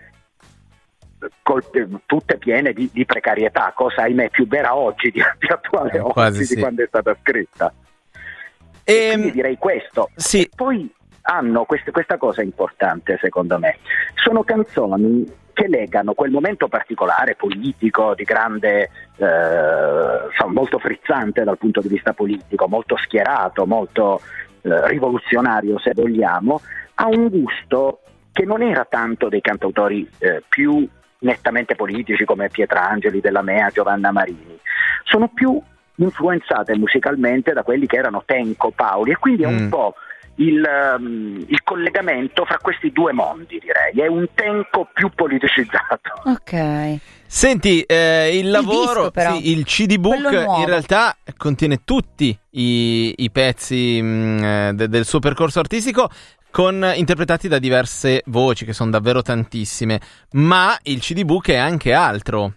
Speaker 9: col, tutte piene di, di precarietà, cosa ahimè più vera oggi, di, di attuale eh, oggi sì. di quando è stata scritta. E, e quindi direi questo.
Speaker 3: Sì.
Speaker 9: E poi hanno queste, questa cosa importante secondo me, sono canzoni che legano quel momento particolare politico di grande eh, insomma, molto frizzante dal punto di vista politico, molto schierato, molto eh, rivoluzionario se vogliamo, a un gusto che non era tanto dei cantautori eh, più nettamente politici come Pietrangeli, Della Mea, Giovanna Marini, sono più influenzate musicalmente da quelli che erano Tenco, Paoli, e quindi è un mm. po' Il, um, il collegamento fra questi due mondi, direi. È un Tenco più politicizzato.
Speaker 4: Ok.
Speaker 3: Senti, eh, il, il lavoro,
Speaker 4: disco,
Speaker 3: sì, il C D Book in realtà contiene tutti i, i pezzi mh, de, del suo percorso artistico, con interpretati da diverse voci, che sono davvero tantissime. Ma il C D Book è anche altro.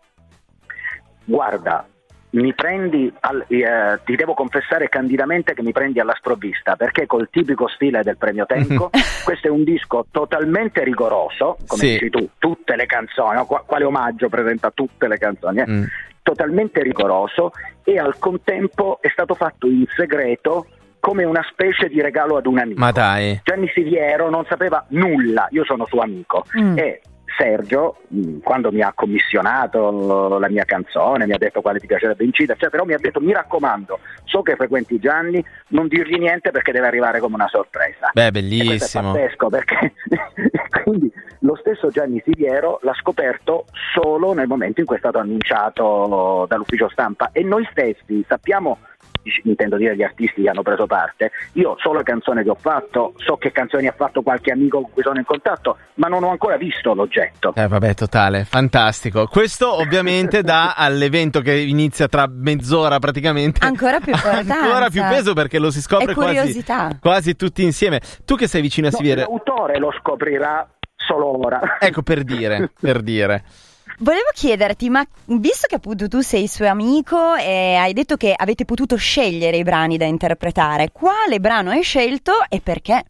Speaker 9: Guarda, mi prendi al, eh, ti devo confessare candidamente che mi prendi alla sprovvista, perché col tipico stile del premio Tenco questo è un disco totalmente rigoroso, come sì. dici tu, tutte le canzoni, no? Qu- quale omaggio presenta tutte le canzoni, eh? mm. totalmente rigoroso, e al contempo è stato fatto in segreto come una specie di regalo ad un amico.
Speaker 3: Ma dai.
Speaker 9: Gianni Siviero non sapeva nulla, io sono suo amico, mm. e Sergio, quando mi ha commissionato la mia canzone, mi ha detto quale ti piacerebbe incidere, cioè, però mi ha detto: mi raccomando, so che frequenti Gianni, non dirgli niente perché deve arrivare come una sorpresa.
Speaker 3: Beh, bellissimo.
Speaker 9: E questo è pazzesco, perché quindi lo stesso Gianni Siviero l'ha scoperto solo nel momento in cui è stato annunciato dall'ufficio stampa, e noi stessi sappiamo, intendo dire gli artisti che hanno preso parte, io so le canzoni che ho fatto, so che canzoni ha fatto qualche amico con cui sono in contatto, ma non ho ancora visto l'oggetto.
Speaker 3: Eh vabbè, totale, fantastico. Questo ovviamente dà all'evento che inizia tra mezz'ora praticamente
Speaker 4: ancora più importanza,
Speaker 3: ancora più peso, perché lo si scopre quasi, quasi tutti insieme. Tu che sei vicino a
Speaker 9: no,
Speaker 3: Siviero,
Speaker 9: l'autore lo scoprirà solo ora.
Speaker 3: Ecco, per dire, per dire.
Speaker 4: Volevo chiederti, ma visto che appunto tu sei suo amico e hai detto che avete potuto scegliere i brani da interpretare, quale brano hai scelto e perché?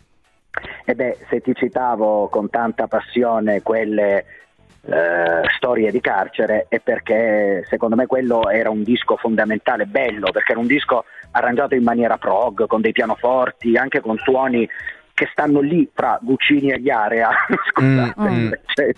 Speaker 9: E beh, se ti citavo con tanta passione quelle eh, storie di carcere, è perché secondo me quello era un disco fondamentale, bello, perché era un disco arrangiato in maniera prog, con dei pianoforti, anche con suoni che stanno lì fra Guccini e gli Area, scusate, mm.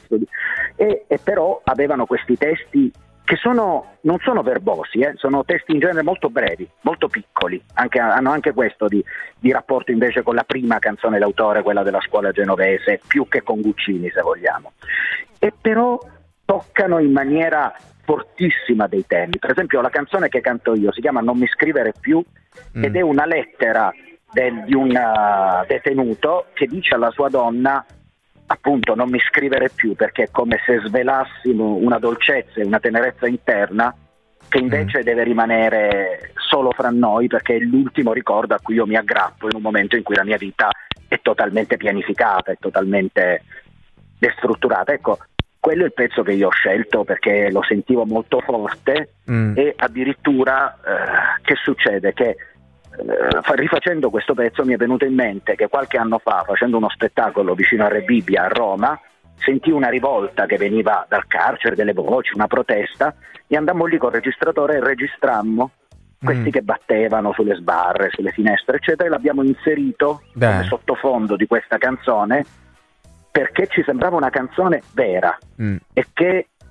Speaker 9: e, e però avevano questi testi che sono non sono verbosi, eh, sono testi in genere molto brevi, molto piccoli, anche, hanno anche questo di, di rapporto invece con la prima canzone d'autore, quella della scuola genovese, più che con Guccini se vogliamo, e però toccano in maniera fortissima dei temi. Per esempio la canzone che canto io si chiama Non mi scrivere più mm. ed è una lettera Del, di un uh, detenuto che dice alla sua donna, appunto, non mi scrivere più, perché è come se svelassimo una dolcezza e una tenerezza interna che invece mm. deve rimanere solo fra noi, perché è l'ultimo ricordo a cui io mi aggrappo in un momento in cui la mia vita è totalmente pianificata, è totalmente destrutturata. Ecco, quello è il pezzo che io ho scelto perché lo sentivo molto forte mm. e addirittura eh, che succede? Che rifacendo questo pezzo mi è venuto in mente che qualche anno fa, facendo uno spettacolo vicino a Re Bibbia a Roma, sentii una rivolta che veniva dal carcere, delle voci, una protesta, e andammo lì col registratore e registrammo questi mm. che battevano sulle sbarre, sulle finestre eccetera, e l'abbiamo inserito Beh. come sottofondo di questa canzone, perché ci sembrava una canzone vera mm. e che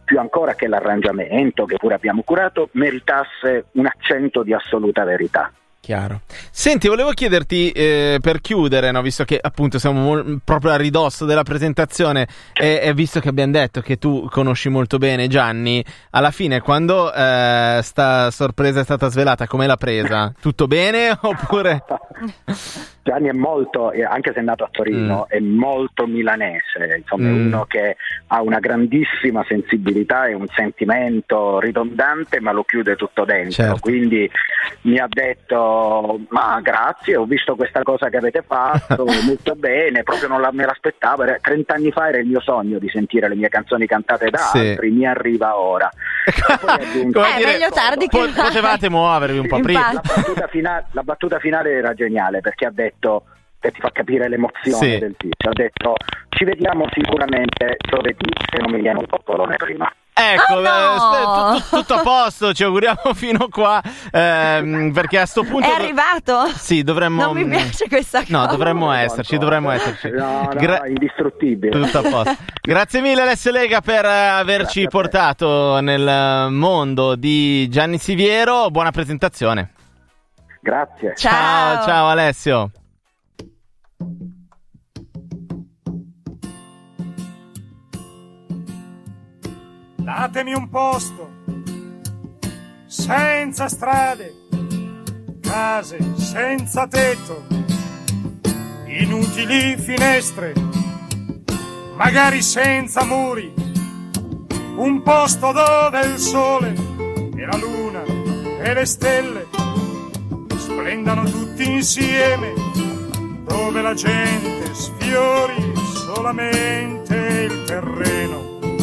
Speaker 9: più ancora che l'arrangiamento, che pure abbiamo curato, meritasse un accento di assoluta verità.
Speaker 3: Chiaro. Senti, volevo chiederti eh, per chiudere, no, visto che appunto siamo mo- proprio a ridosso della presentazione e, e visto che abbiamo detto che tu conosci molto bene Gianni, alla fine quando eh, sta sorpresa è stata svelata, come l'ha presa? Tutto bene oppure...
Speaker 9: Gianni è molto, anche se è nato a Torino, mm. è molto milanese, insomma mm. è uno che ha una grandissima sensibilità e un sentimento ridondante, ma lo chiude tutto dentro, certo. Quindi mi ha detto: ma grazie, ho visto questa cosa che avete fatto, molto bene, proprio non la, me l'aspettavo, trent'anni fa era il mio sogno di sentire le mie canzoni cantate da sì. altri, mi arriva ora.
Speaker 4: Aggiunto, eh, dire, meglio tardi che
Speaker 3: po- potevate muovervi un po' prima.
Speaker 9: La battuta, finale, la battuta finale era geniale, perché ha detto, che ti fa capire l'emozione sì. del tizio, ha detto: ci vediamo sicuramente giovedì, se non mi viene un popolone prima.
Speaker 3: Ecco,
Speaker 4: oh no!
Speaker 3: eh, tutto, tutto a posto, ci auguriamo fino qua, ehm, perché a sto punto...
Speaker 4: È arrivato?
Speaker 3: Sì, dovremmo...
Speaker 4: Non mi piace questa cosa.
Speaker 3: No, dovremmo esserci, dovremmo esserci.
Speaker 9: No, no,
Speaker 3: Gra-
Speaker 9: indistruttibile.
Speaker 3: Tutto a posto. Grazie mille Alessio Lega per averci portato nel mondo di Gianni Siviero, buona presentazione.
Speaker 9: Grazie.
Speaker 4: Ciao,
Speaker 3: ciao, ciao Alessio.
Speaker 10: Datemi un posto senza strade, case senza tetto, inutili finestre, magari senza muri, un posto dove il sole e la luna e le stelle splendano tutti insieme, dove la gente sfiori solamente il terreno.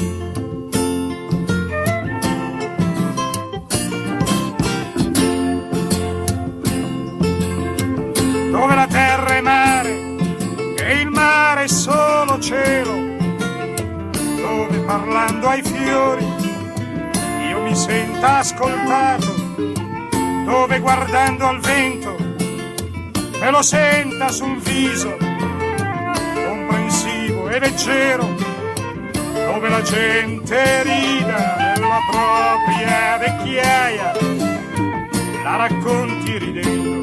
Speaker 10: Dove la terra è mare e il mare è solo cielo, dove parlando ai fiori io mi senta ascoltato, dove guardando al vento me lo senta sul viso, comprensivo e leggero, dove la gente rida nella propria vecchiaia, la racconti ridendo.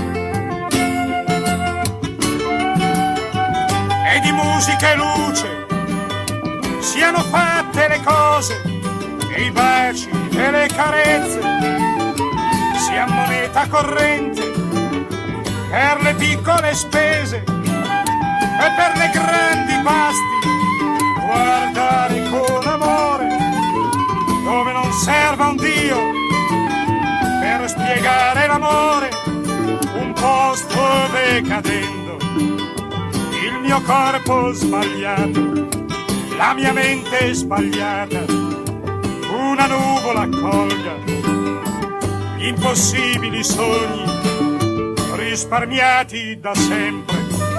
Speaker 10: E di musica e luce siano fatte le cose, e i baci e le carezze siano moneta corrente per le piccole spese e per le grandi pasti guardare con amore, dove non serva un Dio per spiegare l'amore, un posto decadendo, il mio corpo sbagliato, la mia mente sbagliata, una nuvola accolga gli impossibili sogni risparmiati da sempre.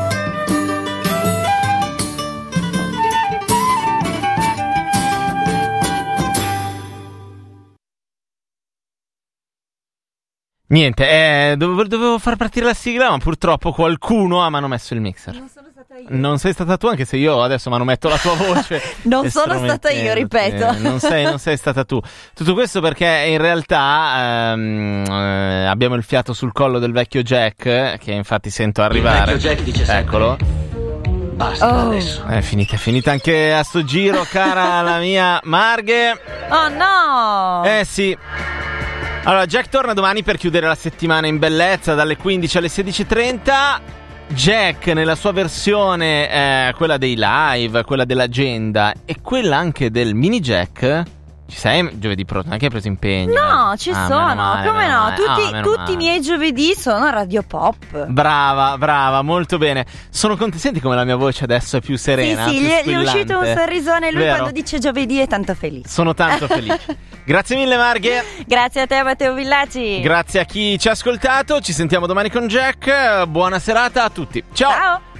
Speaker 3: Niente, eh, dovevo, dovevo far partire la sigla, ma purtroppo qualcuno ha manomesso il mixer.
Speaker 4: Non sono stata io.
Speaker 3: Non sei stata tu, anche se io adesso manometto la tua voce.
Speaker 4: Non sono stata io, ripeto.
Speaker 3: Eh, non, sei, non sei stata tu. Tutto questo perché in realtà ehm, eh, abbiamo il fiato sul collo del vecchio Jack, che infatti sento arrivare.
Speaker 11: Il vecchio Jack dice sempre:
Speaker 3: eccolo.
Speaker 11: Basta
Speaker 4: Oh.
Speaker 11: adesso.
Speaker 3: È finita, è finita anche a sto giro, cara la mia Marghe.
Speaker 4: Oh no!
Speaker 3: Eh sì. Allora, Jack torna domani per chiudere la settimana in bellezza dalle quindici alle sedici e trenta. Jack nella sua versione, eh, quella dei live, quella dell'agenda e quella anche del mini Jack. Ci sei giovedì prossimo? Anche hai preso impegno?
Speaker 4: No, ci
Speaker 3: ah,
Speaker 4: sono,
Speaker 3: male,
Speaker 4: come no?
Speaker 3: male.
Speaker 4: Tutti,
Speaker 3: ah,
Speaker 4: tutti i miei giovedì sono a Radio Pop.
Speaker 3: Brava, brava, molto bene. Sono contento. Senti come la mia voce adesso è più serena.
Speaker 4: Sì, sì,
Speaker 3: più
Speaker 4: gli è, gli è uscito un
Speaker 3: squillante.
Speaker 4: sorrisone. Lui
Speaker 3: Vero?
Speaker 4: quando dice giovedì è tanto felice.
Speaker 3: Sono tanto felice. Grazie mille Marghe.
Speaker 4: Grazie a te, Matteo Villacci.
Speaker 3: Grazie a chi ci ha ascoltato. Ci sentiamo domani con Jack. Buona serata a tutti. Ciao.
Speaker 4: Ciao.